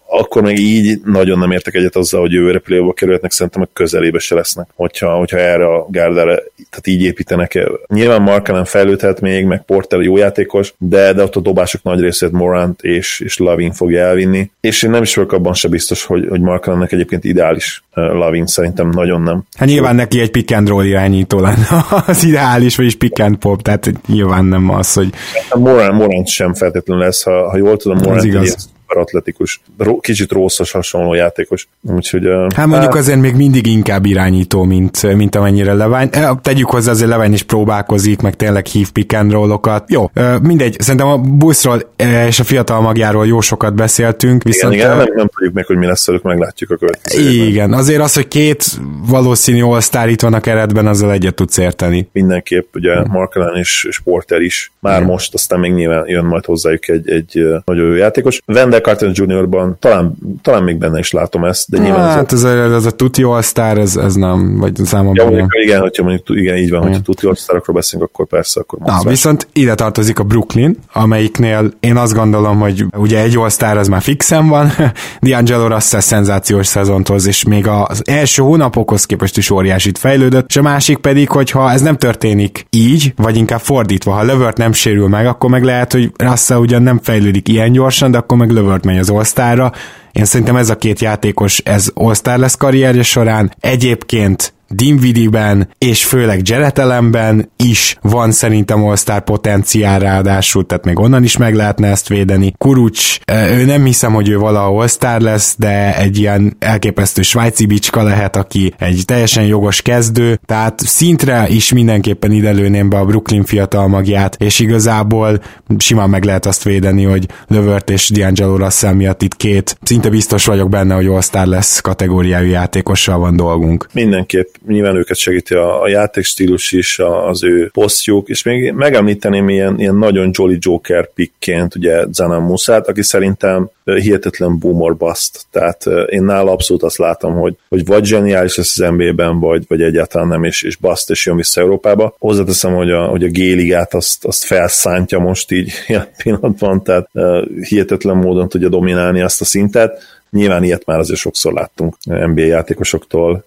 akkor még így nagyon nem értek egyet azzal, hogy jövőre play-offba kerülhetnek, szerintem a közelébe se lesznek, hogyha erre a gárdára, tehát így építenek. Nyilván Markkanen fejlődhet még, meg Porter jó játékos, de ott a dobások nagy részét Morant és Lavin fogja elvinni, és én nem is vagyok abban se biztos, hogy Markkanennek egyébként ideális Lavin, szerintem nagyon nem.
Hát nyilván neki egy pick and roll irányító lenne az ideális, vagyis pick and pop, tehát nyilván nem az, hogy...
Morant sem feltétlenül lesz, ha jól tudom, Morant egy atletikus, kicsit rosszos hasonló játékos. Úgyhogy,
hát mondjuk azért még mindig inkább irányító, mint amennyire Levine. Tegyük hozzá, azért Levine is próbálkozik, meg tényleg hív pick and rollokat. Jó, mindegy, szerintem a Buszról és a fiatal magjáról jó sokat beszéltünk. Viszont,
igen, nem tudjuk meg, hogy mi lesz velük, meglátjuk a következő.
Igen, azért az, hogy két valószínű all-star itt van a keretben, azzal egyet tudsz érteni.
Mindenképp, ugye Markkanen és Porter is már most, aztán még nyilván jön majd hozzájuk egy nagyon jó játékos. Wendell Carter Jr.-ban talán még benne is látom ezt, de nyilván...
Hát ez a tuti all-star, ez nem, vagy számomra nem.
Igen, hogyha mondjuk, igen, így van, hogyha tuti all-starokról beszélünk, akkor persze, akkor
most. Viszont ide tartozik a Brooklyn, amelyiknél én azt gondolom, hogy ugye egy all-star az már fixen van, D'Angelo Russell szenzációs szezont hoz, és még az első hónapokhoz képest is óriásit fejlődött, és a másik pedig, hogyha ez nem történik így, vagy inkább fordítva, ha Levert nem sérül meg, akkor meg lehet, hogy Russell ugyan nem fejlődik ilyen gyorsan, de akkor meg Levert megy az all-starra. Én szerintem ez a két játékos, ez all-star lesz karrierje során. Egyébként Dinwiddie-ben és főleg Jarrett Allenben is van szerintem all-star potenciál ráadásul, tehát még onnan is meg lehetne ezt védeni. Kurucs, ő nem hiszem, hogy ő valaha all-star lesz, de egy ilyen elképesztő svájci bicska lehet, aki egy teljesen jogos kezdő, tehát szintre is mindenképpen ide lőném be a Brooklyn fiatal magját, és igazából simán meg lehet azt védeni, hogy Levert és D'Angelo Russell miatt itt két, szinte biztos vagyok benne, hogy all-star lesz kategóriájú játékossal van dolgunk.
Mindenképp nyilván őket segíti a játékstílus is, az ő posztjuk, és még megemlíteném ilyen nagyon jolly Joker pickként, ugye Zanan Musát, aki szerintem hihetetlen boom or bust, tehát én nála abszolút azt látom, hogy vagy zseniális lesz az NBA-ben, vagy egyáltalán nem, és bust, és jön vissza Európába. Hozzáteszem, hogy a G-ligát azt felszántja most így ilyen pillanatban, tehát hihetetlen módon tudja dominálni azt a szintet. Nyilván ilyet már azért sokszor láttunk NBA játékosoktól,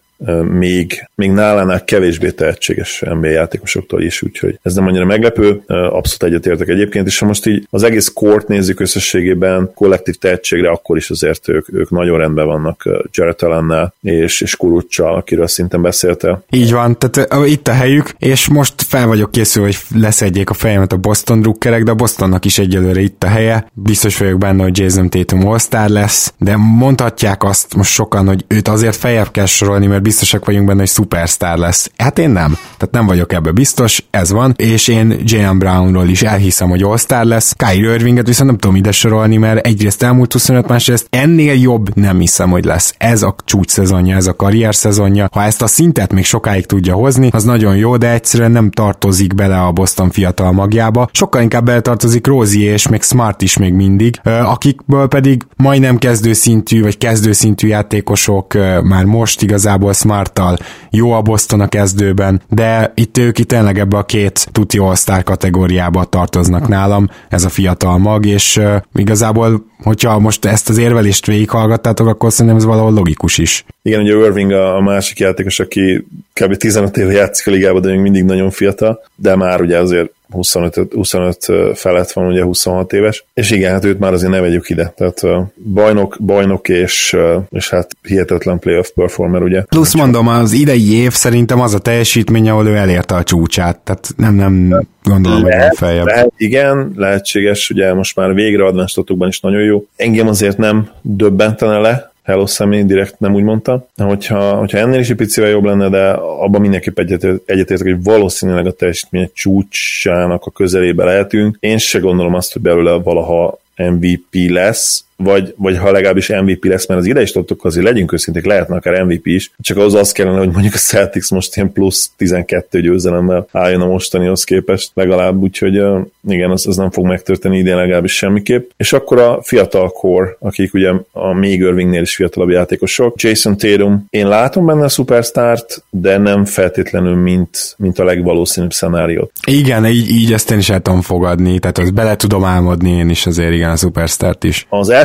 még nálánál kevésbé tehetséges NBA játékosoktól is, úgyhogy ez nem annyira meglepő, abszolút egyetértek egyébként, és ha most így az egész court nézzük összességében, kollektív tehetségre, akkor is azért ők nagyon rendben vannak Jarrett Allennel és Kuruccsal, akiről szintén beszéltél.
Így van, tehát itt a helyük, és most fel vagyok készül, hogy leszedjék a fejemet a Boston drukkerek, de a Bostonnak is egyelőre itt a helye. Biztos vagyok benne, hogy Jason Tatum all-star lesz, de mondhatják azt most sokan, hogy őt azért feljebb kell sorolni, mert biztosak vagyunk benne, hogy szupersztár lesz. Hát én nem. Tehát nem vagyok ebbe biztos, ez van, és én Jaylen Brownról is elhiszem, hogy all-star lesz. Kyrie Irvinget viszont nem tudom ide sorolni, mert egyrészt elmúlt 25, másrészt ennél jobb nem hiszem, hogy lesz. Ez a csúcs szezonja, ez a karrier szezonja. Ha ezt a szintet még sokáig tudja hozni, az nagyon jó, de egyszerűen nem tartozik bele a Boston fiatal magjába. Sokkal inkább beletartozik Rozier és még Smart is még mindig, akikből pedig majdnem kezdőszintű vagy kezdőszintű játékosok már most igazából Smarttal jó a Boston a kezdőben, de ők tényleg ebbe a két tuti all-star kategóriába tartoznak nálam, ez a fiatal mag, és igazából, hogyha most ezt az érvelést végighallgattátok, akkor szerintem ez valahol logikus is.
Igen, ugye Irving a másik játékos, aki kb. 15 éve játszik a ligában, de még mindig nagyon fiatal, de már ugye azért 25 felett van, ugye 26 éves, és igen, hát őt már azért ne vegyük ide, tehát bajnok és hát hihetetlen playoff performer, ugye.
Plusz mondom, az idei év szerintem az a teljesítmény, ahol ő elérte a csúcsát, tehát nem gondolom, hogy nem feljebb.
Igen, lehetséges, ugye most már végre advanced-okban is nagyon jó. Engem azért nem döbbentene le, Hello Sammy, direkt nem úgy mondtam. Hogyha ennél is egy picivel jobb lenne, de abban mindenképp egyetértek, hogy valószínűleg a teljesítmény csúcsának a közelébe lehetünk. Én se gondolom azt, hogy belőle valaha MVP lesz, vagy ha legalábbis MVP lesz, mert az ide is tudtuk, azért legyünk őszinték, lehetne akár MVP is, csak ahhoz az kellene, hogy mondjuk a Celtics most ilyen plusz 12 győzelemmel álljon a mostanihoz képest legalább, úgyhogy igen, az nem fog megtörténni idén legalábbis semmiképp. És akkor a fiatal core, akik ugye a még Irvingnél is fiatalabb játékosok, Jason Tatum, én látom benne a szupersztárt, de nem feltétlenül mint a legvalószínűbb szenáriót.
Igen, így ezt én is el tudom fogadni, tehát azt bele tudom álmodni én is azért, igen, a szupersztárt is.
Az első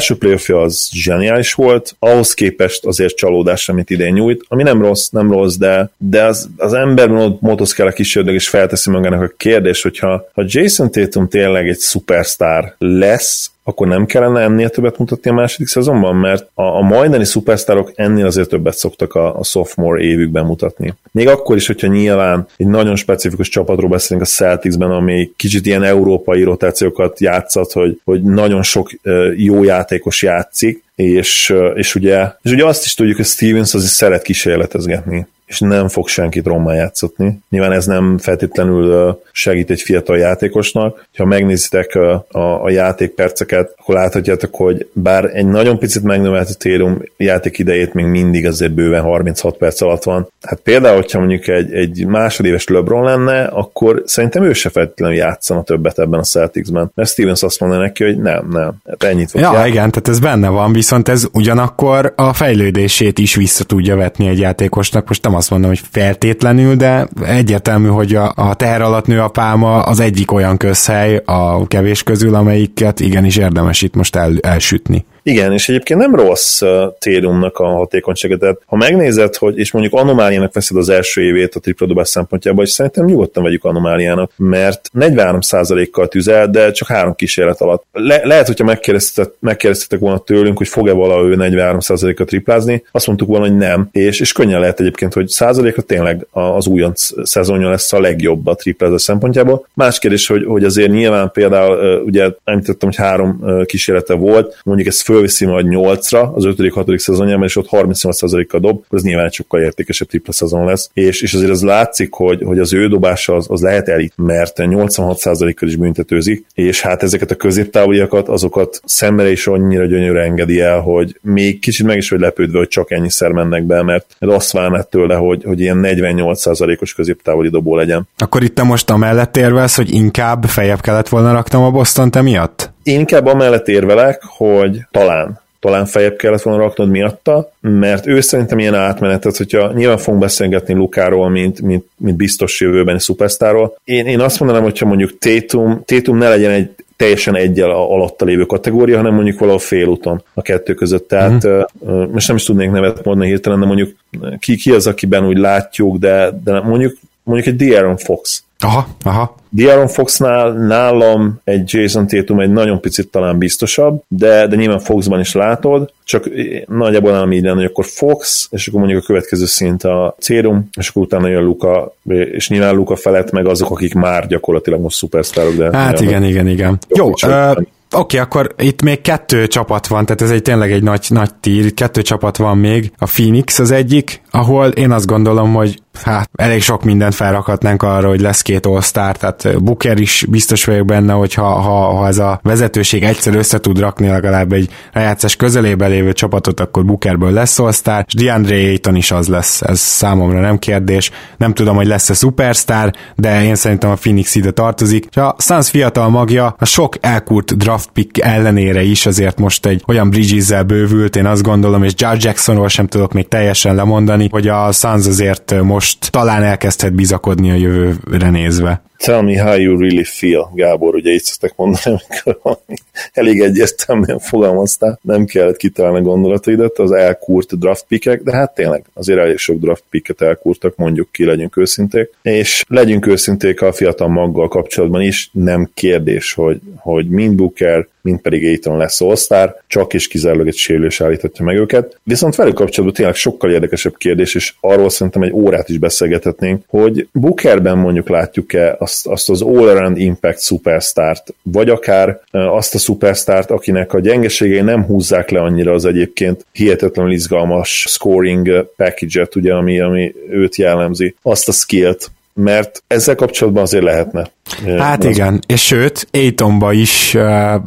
első playoffja az zseniális volt, ahhoz képest azért csalódás, amit idén nyújt, ami nem rossz, de az ember motoszkál a kísérletleg, és felteszi magának a kérdés, hogyha Jason Tatum tényleg egy szupersztár lesz, akkor nem kellene ennél többet mutatni a második szezonban, mert a majdani szupersztárok ennél azért többet szoktak a sophomore évükben mutatni. Még akkor is, hogyha nyilván egy nagyon specifikus csapatról beszélünk a Celticsben, ami kicsit ilyen európai rotációkat játszat, hogy nagyon sok jó játékos játszik, és ugye azt is tudjuk, hogy Stevens azért szeret kísérletezgetni, és nem fog senkit rommá játszatni. Nyilván ez nem feltétlenül segít egy fiatal játékosnak. Ha megnézitek a játékperceket, akkor láthatjátok, hogy bár egy nagyon picit megnövelt a Tatum játék idejét, még mindig azért bőven 36 perc alatt van. Hát például, hogyha mondjuk egy másodéves LeBron lenne, akkor szerintem ő se feltétlenül játszana többet ebben a Celticsben. Mert Stevens azt mondaná neki, hogy nem, hát ennyit fog játszani.
Igen, tehát ez benne van, viszont ez ugyanakkor a fejlődését is vissza tudja vetni egy játékosnak. Most nem azt mondom, hogy feltétlenül, de egyértelmű, hogy a teher alatt nő a pálma az egyik olyan közhely a kevés közül, amelyiket igenis érdemes itt most elsütni.
Igen, és egyébként nem rossz Tatumnak a hatékonysága, tehát ha megnézed, hogy és mondjuk anomáliának veszed az első évét a tripla-dobás szempontjából, és szerintem nyugodtan vegyük anomáliának, mert 43%-kal tüzel, de csak 3 kísérlet alatt. Lehet, hogyha megkérdeztetek volna tőlünk, hogy fog-e valahogy 43%-kal triplázni, azt mondtuk volna, hogy nem, és könnyen lehet egyébként, hogy százalékra tényleg az újonc szezonja lesz a legjobb a triplázás szempontjából. Más kérdés, hogy azért nyilván például, ugye említettem, hogy 3 kísérlete volt, mondjuk ez fölviszi majd 8-ra az 5.-6. szezonjában, és ott 38%-kal dob, az nyilván egy sokkal értékesebb tripla szezon lesz, és azért az látszik, hogy az ő dobása az lehet elit, mert 86%-kal is büntetőzik, és hát ezeket a középtávoliakat, azokat szemmel is annyira gyönyörűen engedi el, hogy még kicsit meg is vagy lepődve, hogy csak ennyiszer mennek be, mert azt várnád tőle, hogy ilyen 48%-os középtávoli dobó legyen.
Akkor itt te most amellett érvelsz, hogy inkább feljebb kellett volna raknom a Bostont emiatt?
Én inkább amellett érvelek, hogy talán feljebb kellett volna raknod miatta, mert ő szerintem ilyen átmenetet, hogyha nyilván fogunk beszélgetni Lukáról, mint biztos jövőbeni szupersztárról. Én azt mondanám, hogyha mondjuk Tatum ne legyen egy teljesen egyel alatta lévő kategória, hanem mondjuk valahol félúton a kettő között. Tehát most nem is tudnék nevet mondani hirtelen, de mondjuk ki az, akiben úgy látjuk, de mondjuk egy De'Aaron Fox.
Aha.
De'Aaron Foxnál nálam egy Jason Tatum egy nagyon picit talán biztosabb, de nyilván Foxban is látod, csak nagyjából nálam így lenne, hogy akkor Fox, és akkor mondjuk a következő szint a Tatum, és akkor utána jön Luka, és nyilván Luka felett meg azok, akik már gyakorlatilag most szupersztárok. De
hát igen. Jó, Oké, akkor itt még 2 csapat van, tehát ez tényleg egy nagy tír, 2 csapat van még, a Phoenix az egyik, ahol én azt gondolom, hogy elég sok mindent felrakhatnánk arra, hogy lesz 2 All-Star, tehát Booker is biztos vagyok benne, hogy ha ez a vezetőség egyszer össze tud rakni legalább egy rájátszás közelében lévő csapatot, akkor Bookerből lesz All-Star, és DeAndre Ayton is az lesz, ez számomra nem kérdés. Nem tudom, hogy lesz-e szupersztár, de én szerintem a Phoenix ide tartozik. És a Suns fiatal magja a sok elkurt draft pick ellenére is azért most egy olyan Bridges-zel bővült, én azt gondolom, és George Jacksonról sem tudok még teljesen lemondani, hogy a Suns azért most talán elkezdhet bizakodni a jövőre nézve.
Tell me how you really feel, Gábor, ugye így szoktak mondani, amikor elég egyértelműen fogalmaztál, nem kellett kitalálni a gondolataidat, az elkúrt draft pickek, de hát tényleg azért elég sok draft picket elkúrtak, mondjuk ki, legyünk őszinték, és legyünk őszinték a fiatal maggal kapcsolatban is, nem kérdés, hogy mind Booker, mind pedig Ayton lesz All-Star, csak és kizárólag egy sérülés állíthatja meg őket. Viszont velük kapcsolatban tényleg sokkal érdekesebb kérdés, és arról szerintem egy órát is beszélgethetnénk, hogy Bookerben mondjuk látjuk-e azt az all-around impact superstart, vagy akár azt a superstart, akinek a gyengeségei nem húzzák le annyira az egyébként hihetetlenül izgalmas scoring package-et, ugye, ami őt jellemzi, azt a skillt, mert ezzel kapcsolatban azért lehetne.
Hát igen, és sőt, Aytonba is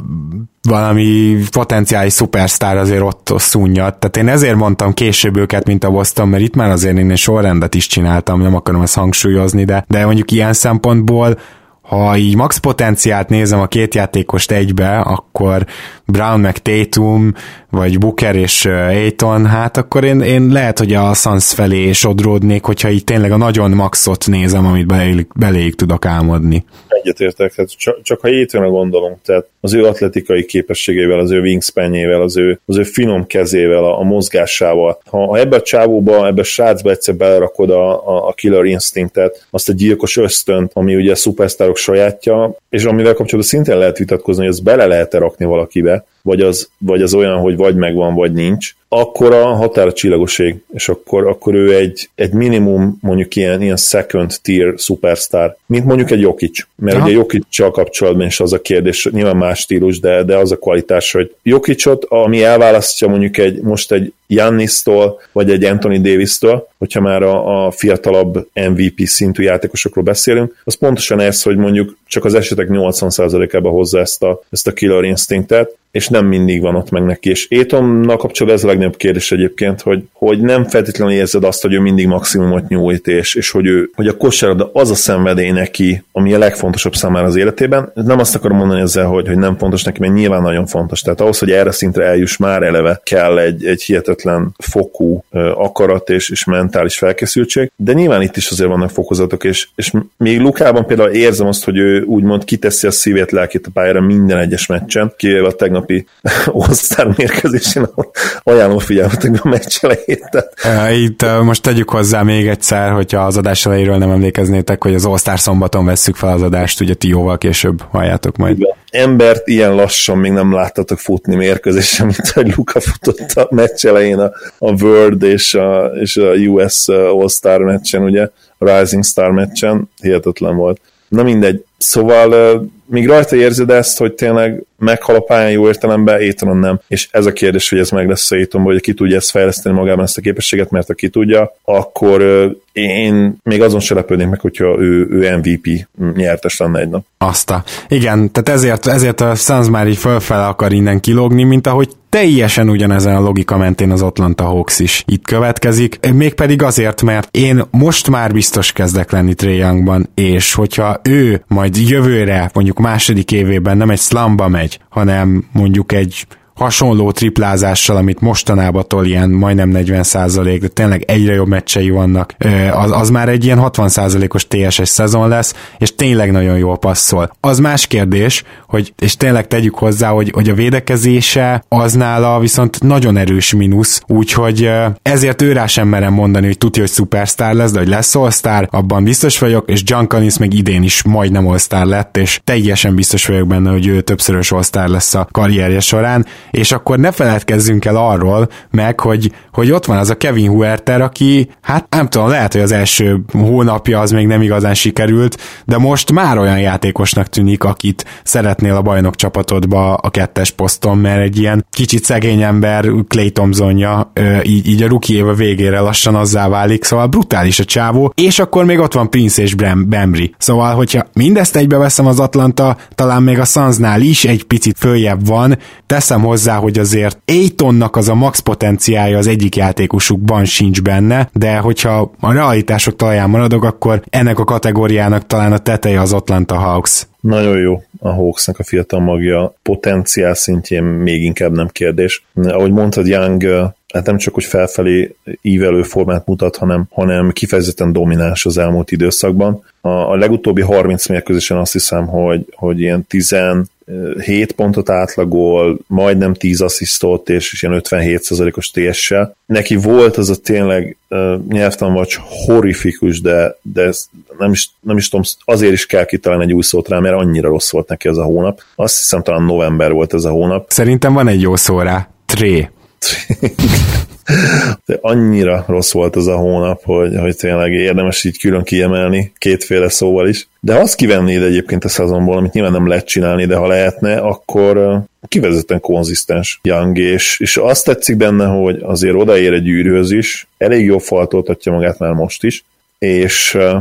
valami potenciális szupersztár azért ott szunnyad. Tehát én ezért mondtam később őket, mint a Boston, mert itt már azért én sorrendet is csináltam, nem akarom ezt hangsúlyozni, de mondjuk ilyen szempontból, ha így max potenciált nézem a két játékost egybe, akkor Brown meg Tatum, vagy Booker és Ayton, hát akkor én lehet, hogy a Suns felé sodródnék, hogyha így tényleg a nagyon maxot nézem, amit beléjük tudok álmodni.
Egyetértek, tehát csak ha Aytonra gondolunk, tehát az ő atletikai képességével, az ő wingspanjével, az ő finom kezével, a mozgásával. Ha ebbe a csávóba, ebbe a srácba egyszer belerakod a killer instinctet, azt a gyilkos ösztönt, ami ugye a szupersztárok sajátja, és amivel kapcsolatban szintén lehet vitatkozni, hogy ezt bele lehet-e rakni valakibe, vagy az olyan, hogy vagy megvan, vagy nincs, akkor a határa csillagoség, és akkor ő egy minimum mondjuk ilyen second tier superstar, mint mondjuk egy Jokic, mert ugye Jokic-sal kapcsolatban is az a kérdés, nyilván más stílus, de az a kvalitás, hogy Jokicot, ami elválasztja mondjuk most egy Giannistól, vagy egy Anthony Davis-től, hogyha már a fiatalabb MVP szintű játékosokról beszélünk, az pontosan ez, hogy mondjuk csak az esetek 80%-ában hozza ezt a killer instinctet, és nem mindig van ott meg neki. És Aytonnal kapcsolatban ez a legnagyobb kérdés egyébként, hogy nem feltétlenül érzed azt, hogy ő mindig maximumot nyújt, és hogy a kosárlabda az a szenvedély neki, ami a legfontosabb számára az életében. Nem azt akarom mondani ezzel, hogy nem fontos neki, mert nyilván nagyon fontos. Tehát ahhoz, hogy erre szintre eljuss, már eleve kell egy hihetetlen fokú akarat és mentális felkészültség, de nyilván itt is azért vannak fokozatok, és még Lukában például érzem azt, hogy ő úgymond kiteszi a szívét, lelkét a pályára minden egyes meccsen, kivéve a tegnapi All-Star mérkőzésén, ajánlom figyelmetekbe a meccs elejét.
Itt most tegyük hozzá még egyszer, hogyha az adás elejéről nem emlékeznétek, hogy az All-Star szombaton vesszük fel az adást, ugye ti jóval később halljátok majd.
Igen. Embert ilyen lassan még nem láttatok futni mérkőzésen, mint hogy Luka futott a meccs elején a World és a US All-Star meccsen, ugye, a Rising Star meccsen, hihetetlen volt. Na mindegy, szóval még rajta érzed ezt, hogy tényleg meghal a pályán jó értelemben, Aytonon nem. És ez a kérdés, hogy ez meg lesz Aytonban, hogy ki tudja ezt fejleszteni magában ezt a képességet, mert ha ki tudja, akkor én még azon se lepődnék meg, hogyha ő MVP nyertes lenne egy nap.
Igen, tehát ezért a Suns már így fölfele akar innen kilógni, mint ahogy teljesen ugyanezen a logika mentén az Atlanta Hawks is itt következik, mégpedig azért, mert én most már biztos kezdek lenni Trae Youngban, és hogyha ő majd jövőre, mondjuk második évében nem egy slumba megy, hanem mondjuk egy hasonló triplázással, amit mostanában tol ilyen majdnem 40%, de tényleg egyre jobb meccsei vannak, az már egy ilyen 60%-os TSS szezon lesz, és tényleg nagyon jól passzol. Az más kérdés, és tényleg tegyük hozzá, hogy a védekezése az nála viszont nagyon erős mínusz, úgyhogy ezért őrá sem merem mondani, hogy tudja, hogy szupersztár lesz, de hogy lesz all-star, abban biztos vagyok, és Giannis meg idén is majdnem all-star lett, és teljesen biztos vagyok benne, hogy ő többszörös all-star lesz a karrierje során, és akkor ne feledkezzünk el arról meg, hogy ott van az a Kevin Huerter, aki, hát nem tudom, lehet, hogy az első hónapja az még nem igazán sikerült, de most már olyan játékosnak tűnik, akit szeretnél a bajnok csapatodba a 2-es poszton, mert egy ilyen kicsit szegény ember, Klay Thompsonja így a rookie éve végére lassan azzá válik, szóval brutális a csávó, és akkor még ott van Prince és Bembry. Szóval, hogyha mindezt egybeveszem, az Atlanta talán még a Sunsnál is egy picit följebb van, teszem hozzá, hogy azért Aytonnak az a max potenciálja az egyik játékosukban sincs benne, de hogyha a realitások talaján maradok, akkor ennek a kategóriának talán a teteje az Atlanta Hawks.
Nagyon jó a Hawksnak a fiatal magja, potenciál szintjén még inkább nem kérdés. Ahogy mondtad, Young hát nem csak, hogy felfelé ívelő formát mutat, hanem kifejezetten domináns az elmúlt időszakban. A legutóbbi 30 mérkőzésen azt hiszem, hogy ilyen 17 pontot átlagol, majdnem 10 asszisztot, és ilyen 57%-os TS-sel. Neki volt az a tényleg nyelvtanvacs horrifikus, de nem is tudom, azért is kell kitalálni egy új szót rá, mert annyira rossz volt neki ez a hónap. Azt hiszem, talán november volt ez a hónap.
Szerintem van egy jó szó rá. Trae.
De annyira rossz volt az a hónap, hogy tényleg érdemes így külön kiemelni kétféle szóval is. De ha azt kivennéd egyébként a szezonból, amit nyilván nem lehet csinálni, de ha lehetne, akkor kivezetten konzisztens Young, és azt tetszik benne, hogy azért odaér egy gyűrűhöz is, elég jó faltoltatja magát már most is, és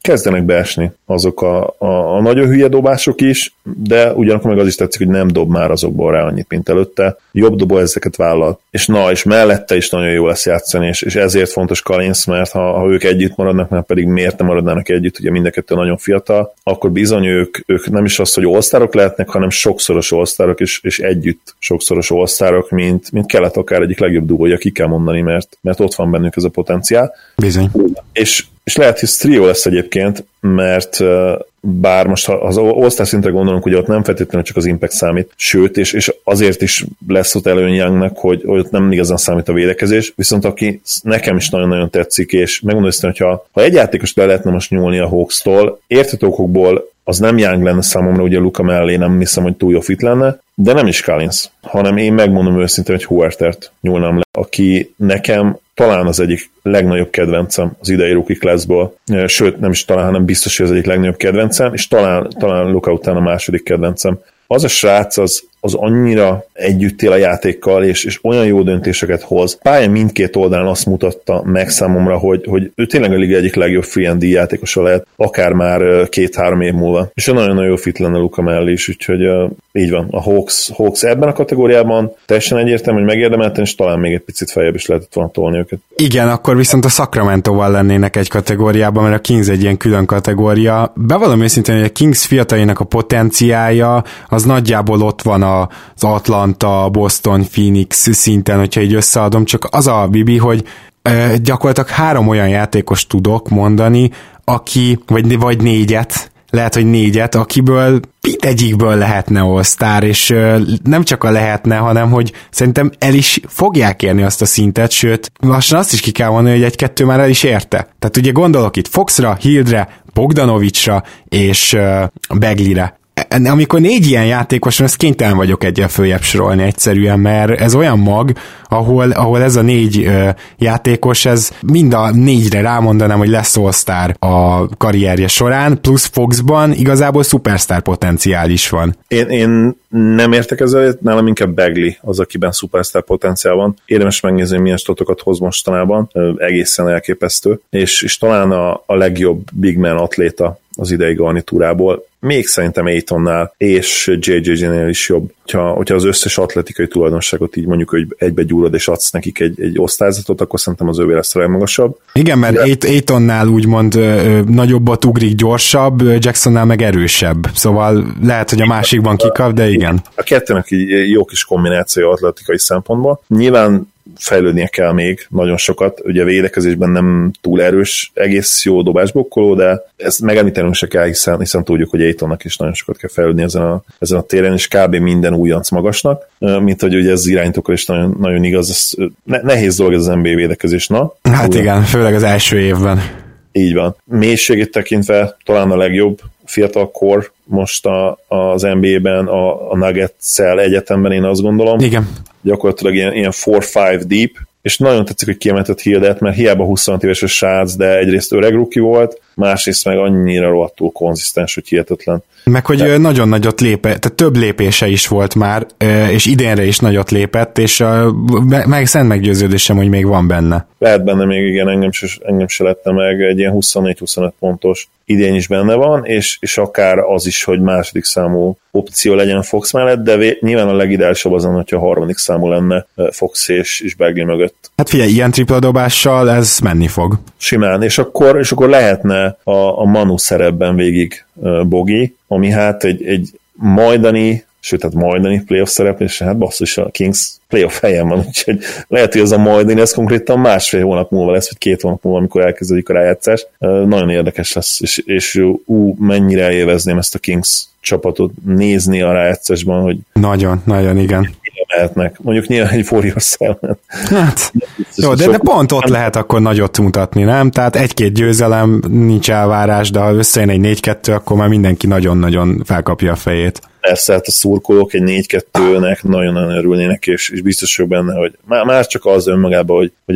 kezdenek beesni azok a nagyon hülye dobások is, de ugyanakkor meg az is tetszik, hogy nem dob már azokból rá annyit, mint előtte. Jobb dobó ezeket vállal. És mellette is nagyon jó lesz játszani, és ezért fontos Collins, mert ha ők együtt maradnak, mert pedig miért nem maradnának együtt, ugye mind a kettő nagyon fiatal, akkor bizony ők nem is az, hogy all-starok lehetnek, hanem sokszoros all-starok, és együtt sokszoros all-starok, mint kellett akár egyik legjobb duója, ki kell mondani, mert ott van bennük ez a potenciál.
Bizony.
És lehet, hogy trio lesz egyébként, mert bár most ha az All-Star szintre gondolunk, hogy ott nem feltétlenül csak az impact számít, sőt, és azért is lesz ott előny Youngnak, hogy ott nem igazán számít a védekezés, viszont aki nekem is nagyon-nagyon tetszik, és megmondom őszintén, hogyha egy játékost le lehetne most nyúlni a Hawks-tól, érthető okokból az nem Young lenne számomra, ugye Luka mellé nem hiszem, hogy túl jó fit lenne, de nem is Collins, hanem én megmondom őszintén, hogy Huertert nyúlnám le, aki nekem talán az egyik legnagyobb kedvencem az idei rookie classból, sőt nem is talán, hanem biztos, hogy az egyik legnagyobb kedvencem, és talán Luka után a második kedvencem. Az a srác az annyira együtt él a játékkal, és olyan jó döntéseket hoz. Pályán mindkét oldalán azt mutatta meg számomra, hogy ő tényleg a liga egyik legjobb free and D játékosa lehet, akár már 2-3 év múlva. És nagyon-nagyon jó fit lenne Luka mellé is, úgyhogy így van. A Hawks ebben a kategóriában teljesen egyértelmű, hogy megérdemelten, és talán még egy picit feljebb is lehetett volna tolni őket.
Igen, akkor viszont a Sacramento-val lennének egy kategóriában, mert a Kings egy ilyen külön kategória. Bevallom őszintén, hogy a Kings fiataljainak a potenciálja az nagyjából ott van az Atlanta, Boston, Phoenix szinten, hogyha így összeadom, csak az a Bibi, hogy gyakorlatilag 3 olyan játékos tudok mondani, aki, vagy 4, lehet, hogy 4, akiből mindegyikből lehetne All-Star, és nem csak a lehetne, hanem hogy szerintem el is fogják érni azt a szintet, sőt, lassan azt is ki kell mondani, hogy 1-2 már el is érte. Tehát ugye gondolok itt Foxra, Hildre, Bogdanovicsra és Bagleyre. Amikor 4 ilyen játékos van, ezt kénytelen vagyok egyen följebb sorolni egyszerűen, mert ez olyan mag, ahol ez a 4 játékos, ez mind a 4-re rámondanám, hogy lesz All-Star a karrierje során, plusz Foxban igazából szupersztár potenciál is van.
Én nem értek ezzel, nálam inkább Bagley az, akiben szupersztár potenciál van. Érdemes megnézni, hogy milyen statokat hoz mostanában, egészen elképesztő, és talán a legjobb big man atléta az idei garnitúrából. Még szerintem Aytonnál és JJJ-nél is jobb. Hogyha az összes atletikai tulajdonságot így mondjuk, hogy egybe gyúrod és adsz nekik egy osztályzatot, akkor szerintem az övé lesz a legmagasabb.
Igen, mert Aytonnál úgymond nagyobbat ugrik, gyorsabb, Jacksonnál meg erősebb. Szóval lehet, hogy a másikban kikap, de igen.
A kettőnek így jó kis kombináció atletikai szempontból. Nyilván fejlődnie kell még nagyon sokat, ugye védekezésben nem túl erős, egész jó dobásblokkoló, de ezt megemlítenünk se kell, hiszen tudjuk, hogy Aytonnak is nagyon sokat kell fejlődni ezen a téren, és kb. Minden újonc magasnak, mint hogy ugye ez irányítókkal is nagyon, nagyon igaz, nehéz dolog ez az NBA védekezés, na?
Hát ugyan. Igen, főleg az első évben.
Így van. Mélységét tekintve talán a legjobb fiatal kor most az NBA-ben, a Nuggets-szel egyetemben, én azt gondolom.
Igen.
Gyakorlatilag ilyen 4-5 deep, és nagyon tetszik, hogy kiemeltett Hildet, mert hiába 26 éves a srác, de egyrészt öreg rookie volt, másrészt meg annyira rohadtul konzisztens, hogy hihetetlen.
Meg hogy nagyon nagyot lépett, tehát több lépése is volt már, és idénre is nagyot lépett, és meg szent meggyőződésem, hogy még van benne.
Lehet benne még, igen, engem se lette meg, egy ilyen 24-25 pontos idén is benne van, és akár az is, hogy második számú opció legyen Fox mellett, de nyilván a legideálisabb azon, hogyha a harmadik számú lenne Fox és Bagley mögött.
Hát figyelj, ilyen tripla dobással ez menni fog.
Simán, és akkor lehetne a Manu szerepben végig Bogi, ami hát egy majdani playoff szerep, és hát basszus, a Kings playoff helyen van, úgyhogy lehet, hogy ez a majdani, ez konkrétan 1,5 hónap múlva lesz, vagy 2 hónap múlva, amikor elkezdődik a rájátszás. Nagyon érdekes lesz, és mennyire élvezném ezt a Kings csapatot nézni a rájátszásban, hogy
nagyon, igen.
Lehetnek. Mondjuk nyilván egy Warriors ellen.
Hát, jó, de pont ott lehet akkor nagyot mutatni, nem? Tehát 1-2 győzelem, nincs elvárás, de ha összejön egy 4-2, akkor már mindenki nagyon-nagyon felkapja a fejét.
Persze, hát a szurkolók egy 4-2-nek nagyon-nagyon örülnének, és biztos vagyok benne, hogy már csak az önmagában, hogy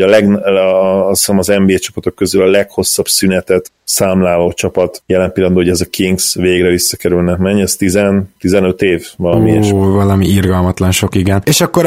azt hiszem az NBA csapatok közül a leghosszabb szünetet számláló csapat jelen pillanatban, hogy ez a Kings végre visszakerülnek. Mennyi ez? 15 év? Valami
irgalmatlan sok, igen. És akkor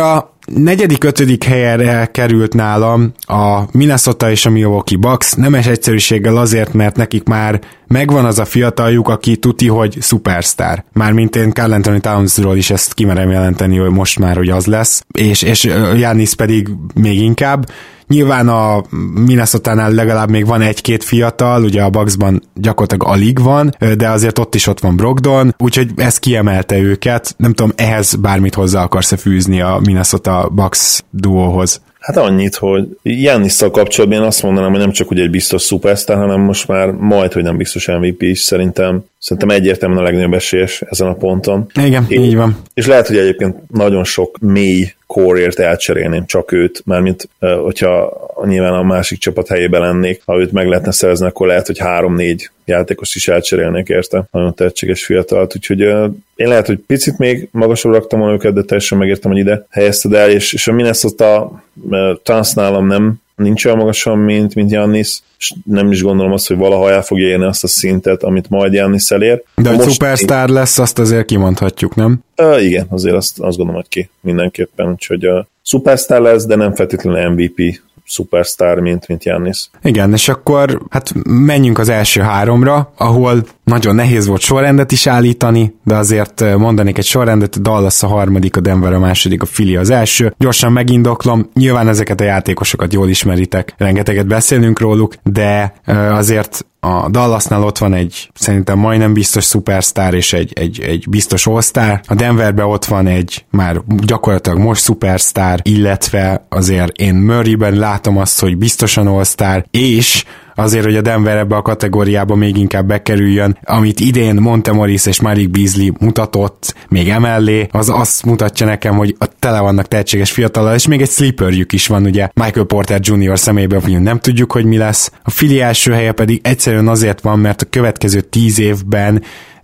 negyedik, ötödik helyre került nálam a Minnesota és a Milwaukee Bucks, nemes egyszerűséggel azért, mert nekik már megvan az a fiataljuk, aki tuti, hogy szupersztár. Mármint én Karl Anthony Townsról is ezt kimerem jelenteni, hogy most már, hogy az lesz, és Giannis pedig még inkább. Nyilván a Minnesota-nál legalább még van egy-két fiatal, ugye a Bucksban gyakorlatilag alig van, de azért ott van Brogdon, úgyhogy ez kiemelte őket. Nem tudom, ehhez bármit hozzá akarsz-e fűzni a Minnesota Bucks duóhoz?
Hát annyit, hogy Giannisszal kapcsolatban én azt mondanám, hogy nem csak ugye egy biztos szupersztár, hanem most már majd, hogy nem biztos MVP is szerintem egyértelműen a legnagyobb esélyes ezen a ponton.
Igen, így van.
És lehet, hogy egyébként nagyon sok mély core-ért elcserélném csak őt, mármint hogyha nyilván a másik csapat helyében lennék, ha őt meg lehetne szerezni, akkor lehet, hogy 3-4 játékos is elcserélnék érte, nagyon tehetséges fiatalt, úgyhogy én lehet, hogy picit még magasabb raktam volna őket, de teljesen megértem, hogy ide helyezted el, és a Minnesota Towns nálam nincs olyan magasan, mint Giannis, és nem is gondolom azt, hogy valaha el fogja érni azt a szintet, amit majd Giannis elér.
De hogy szupersztár lesz, azt azért kimondhatjuk, nem?
Igen, azért azt gondolom, hogy ki mindenképpen, úgyhogy szupersztár lesz, de nem feltétlenül MVP szupersztár, mint Giannis.
Igen, és akkor hát menjünk az első háromra, ahol nagyon nehéz volt sorrendet is állítani, de azért mondanék egy sorrendet, a Dallas a harmadik, a Denver a második, a Philly az első. Gyorsan megindoklom, nyilván ezeket a játékosokat jól ismeritek, rengeteget beszélünk róluk, de azért a Dallasnál ott van egy szerintem majdnem biztos szupersztár és egy biztos all-star. A Denverben ott van egy már gyakorlatilag most szupersztár, illetve azért én Murrayben látom azt, hogy biztosan all-star, és azért, hogy a Denver ebbe a kategóriába még inkább bekerüljön, amit idén Montemoris és Malik Beasley mutatott még emellé, az azt mutatja nekem, hogy tele vannak tehetséges fiatallal, és még egy sleeperjük is van, ugye Michael Porter Jr. személyében, hogy nem tudjuk, hogy mi lesz. A Philly első helye pedig egyszerűen azért van, mert a következő 10 évben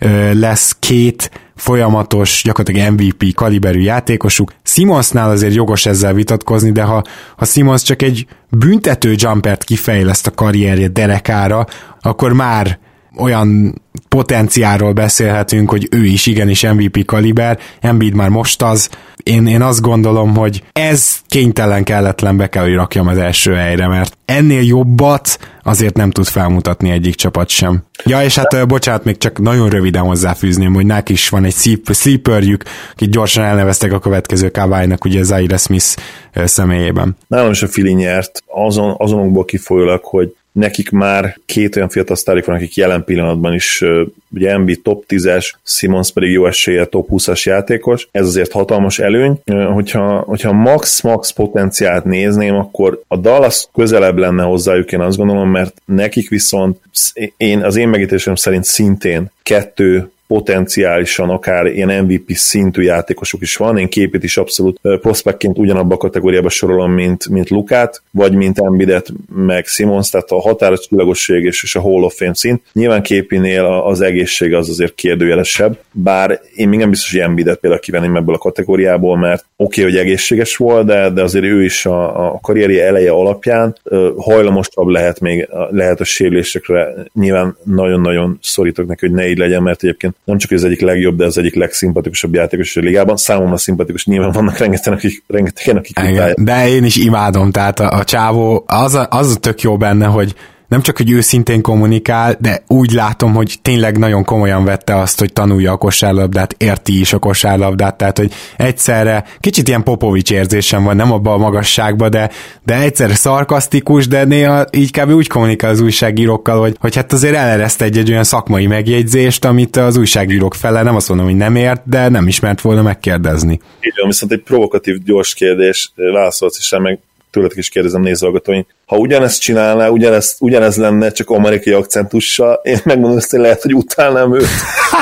lesz két folyamatos, gyakorlatilag MVP kaliberű játékosuk. Simonsnál azért jogos ezzel vitatkozni, de ha Simons csak egy büntető jumpert kifejleszt a karrierje derekára, akkor már olyan potenciálról beszélhetünk, hogy ő is igenis MVP kaliber, Embiid már most az. Én azt gondolom, hogy ez kénytelen kelletlen be kell, hogy rakjam az első helyre, mert ennél jobbat azért nem tud felmutatni egyik csapat sem. Ja, és hát bocsánat, még csak nagyon röviden hozzáfűzném, hogy neki is van egy sleeperjük, akit gyorsan elneveztek a következő Kawhi-nak, ugye Zaire Smith személyében.
Nálam is a Philly nyert, azonokból kifolyólag, hogy nekik már két olyan fiatal sztárjuk van, akik jelen pillanatban is, ugye Embiid top 10-es, Simons pedig jó eséllyel top 20-as játékos. Ez azért hatalmas előny. Hogyha max potenciált nézném, akkor a Dallas közelebb lenne hozzájuk, én azt gondolom, mert nekik viszont az én megítélésem szerint szintén kettő potenciálisan akár ilyen MVP szintű játékosuk is van. Én Képét is abszolút prospektként ugyanabba a kategóriába sorolom, mint Lukát, vagy mint Embiidet, meg Simons, tehát a határos csillagosság és a Hall of Fame szint. Nyilván Képinél az egészség az azért kérdőjelesebb, bár én még nem biztos, hogy Embiidet például kivenném ebből a kategóriából, mert oké, hogy egészséges volt, de azért ő is a karrierje eleje alapján hajlamosabb lehet a sérülésekre. Nyilván nagyon-nagyon szorítok neki, hogy ne így legyen, mert egyébként nem csak az egyik legjobb, de az egyik legszimpatikusabb játékos a ligában. Számomra szimpatikus, nyilván vannak rengetegen, akik utálják.
De én is imádom, tehát a csávó, az tök jó benne, hogy nem csak, hogy őszintén kommunikál, de úgy látom, hogy tényleg nagyon komolyan vette azt, hogy tanulja a kosárlabdát, érti is a kosárlabdát, tehát, hogy egyszerre kicsit ilyen Popovics érzésem van, nem abban a magasságban, de egyszerre szarkasztikus, de néha így kb. Úgy kommunikál az újságírókkal, hogy hát azért elereszt egy olyan szakmai megjegyzést, amit az újságírók fele, nem azt mondom, hogy nem ért, de nem ismert volna megkérdezni.
Így van, viszont egy provokatív, gyors kérdés, válaszolsz is meg tőletek is kérdezem nézőhallgatóink, ha ugyanezt csinálná, ugyanez lenne, csak amerikai akcentussal, én megmondom azt, hogy lehet, hogy utálnám őt.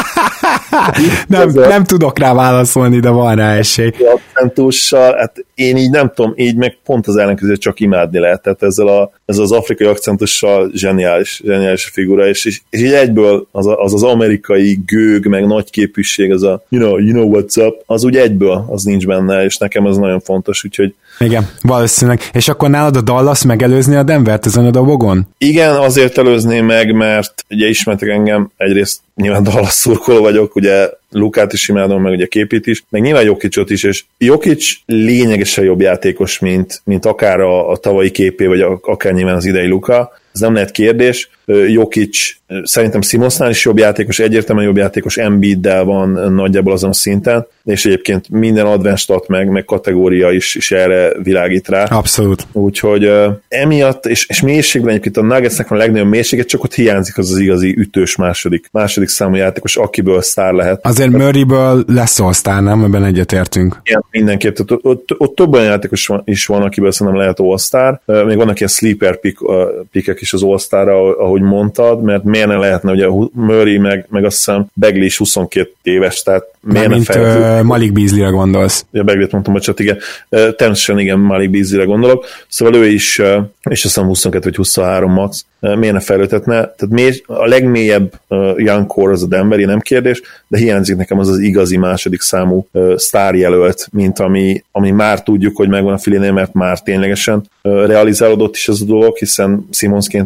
nem tudok rá válaszolni, de van rá esély.
Akcentussal, hát én így nem tudom, így meg pont az ellenkező csak imádni lehet, tehát ezzel az afrikai akcentussal zseniális figura, és így egyből az amerikai gőg, meg nagy képűség, az a you know what's up, az úgy egyből, az nincs benne, és nekem ez nagyon fontos, úgyhogy
igen, valószínűleg. És akkor nálad a Dallas megelőzni a Denvert ezen a dobogon?
Igen, azért előzném meg, mert ugye ismertek engem, egyrészt nyilván Dallas szurkoló vagyok, ugye Lukát is imádom, meg ugye Képét is, meg nyilván Jokicot is, és Jokic lényegesen mérsékléssel jobb játékos, mint akár a tavalyi képé, vagy akár nyilván az idei Luka. Ez nem lehet kérdés. Jokic szerintem Simonsnál is jobb játékos, egyértelműen jobb játékos, Embiiddel van nagyjából azon a szinten, és egyébként minden advanced stat meg kategória is erre világít rá.
Abszolút.
Úgyhogy emiatt, és mélységben egyébként a Nuggetsnek van a legnagyobb mélysége, csak ott hiányzik az igazi ütős második számú játékos, akiből sztár lehet.
Azért Murrayből lesz all-sztár, nem? Ebben egyetértünk.
Igen, mindenképp. Ott több olyan játékos is van, akiből szerintem lehet all-sztár. Még vannak ilyen sleeper pickek is az all-sztárra, ahogy mondtad, mert miért ne lehetne, ugye Murray meg azt hiszem Bagley is 22 éves, tehát miért ne
fejlődő. Malik Beasley-re gondolsz.
Ja, Bagley-t mondtam, bocsánat, igen. Természetesen igen, Malik Beasley-re gondolok. Szóval ő is, és azt hiszem 22 vagy 23 max, miért ne fejlődhetne. Tehát a legmélyebb young core az a Denveri, nem kérdés, de hiányzik nekem az igazi második számú sztárjelölt, mint ami már tudjuk, hogy megvan a Phillynél, mert már ténylegesen realizálódott is ez a dolog, hiszen Simonsra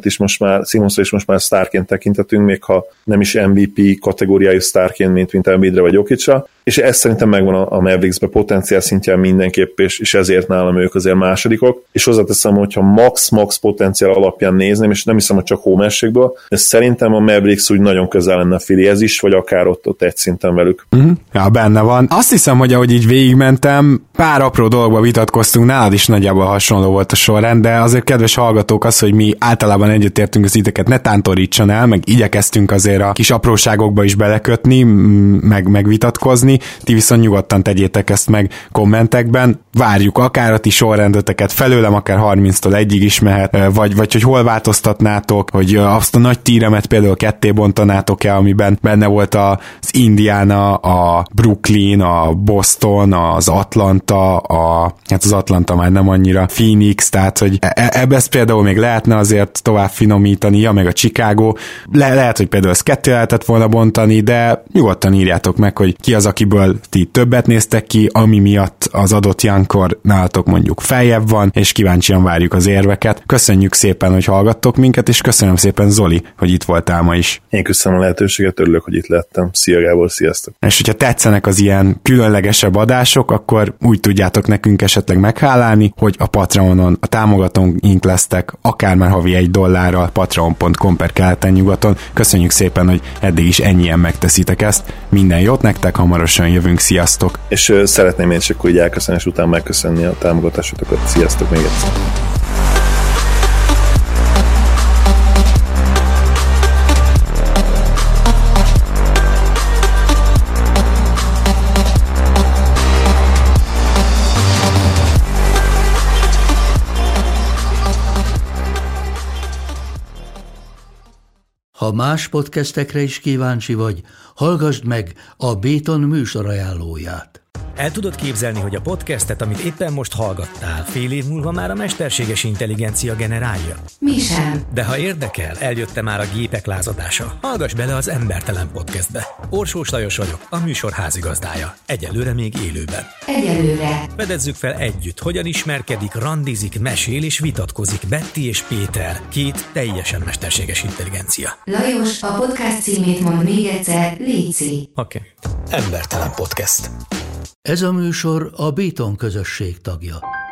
is most már sztárként tekintetünk, még ha nem is MVP kategóriájú sztárként, mint Embiidre vagy Jokicra, és ez szerintem megvan a Mavericksbe potenciál szintján mindenképp, és ezért nálam ők azért másodikok, és hozzáteszem, hogyha max potenciál alapján nézném, és nem hiszem, hogy csak hómességből, de szerintem a Mavericks úgy nagyon közel lenne a Phillyhez is, vagy akár ott egy szinten velük.
Ja, benne van. Azt hiszem, hogy ahogy így végigmentem, pár apró dologba vitatkoztunk, nálad is nagyjából hasonló volt a sorrend, de azért kedves hallgatók, az, hogy mi általában egyetértünk, az ideket ne tántorítson el, meg igyekeztünk azért a kis apróságokba is belekötni, meg vitatkozni. Ti viszont nyugodtan tegyétek ezt meg kommentekben, várjuk akár a ti sorrendeteket felőlem, akár 30-tól 1-ig is mehet, vagy hogy hol változtatnátok, hogy azt a nagy tíremet például ketté bontanátok-e, amiben benne volt az Indiana, a Brooklyn, a Boston, az Atlanta, hát az Atlanta már nem annyira, Phoenix, tehát hogy ebbe ezt például még lehetne azért tovább finomítani, meg a Chicago, lehet, hogy például ezt ketté lehetett volna bontani, de nyugodtan írjátok meg, hogy ki az, akiből ti többet néztek ki, ami miatt az adott youngkor nálatok mondjuk feljebb van, és kíváncsian várjuk az érveket. Köszönjük szépen, hogy hallgattok minket, és köszönöm szépen, Zoli, hogy itt voltál ma is.
Én köszönöm a lehetőséget, örülök, hogy itt lettem. Szia Gábor, sziasztok!
És hogyha tetszenek az ilyen különlegesebb adások, akkor úgy tudjátok nekünk esetleg meghálálni, hogy a Patreonon a támogatóink lesztek, akár már havi $1, patreon.com/keleten-nyugaton. Köszönjük szépen, hogy eddig is ennyien megteszitek ezt. Minden jót nektek, hamarosan jövünk, sziasztok!
És szeretném én csak úgy elköszönés után megköszönni a támogatásotokat. Sziasztok még egyszer!
Ha más podcastekre is kíváncsi vagy, hallgassd meg a Béton műsor ajánlóját.
El tudod képzelni, hogy a podcastet, amit éppen most hallgattál, fél év múlva már a mesterséges intelligencia generálja?
Mi sem.
De ha érdekel, eljött már a gépek lázadása. Hallgass bele az Embertelen podcastbe. Orsós Lajos vagyok, a műsor házigazdája. Egyelőre még élőben.
Egyelőre.
Fedezzük fel együtt, hogyan ismerkedik, randizik, mesél és vitatkozik Betty és Péter, két teljesen mesterséges intelligencia.
Lajos, a podcast címét mond még egyszer, léci.
Oké. Embertelen podcast.
Ez a műsor a Béton közösség tagja.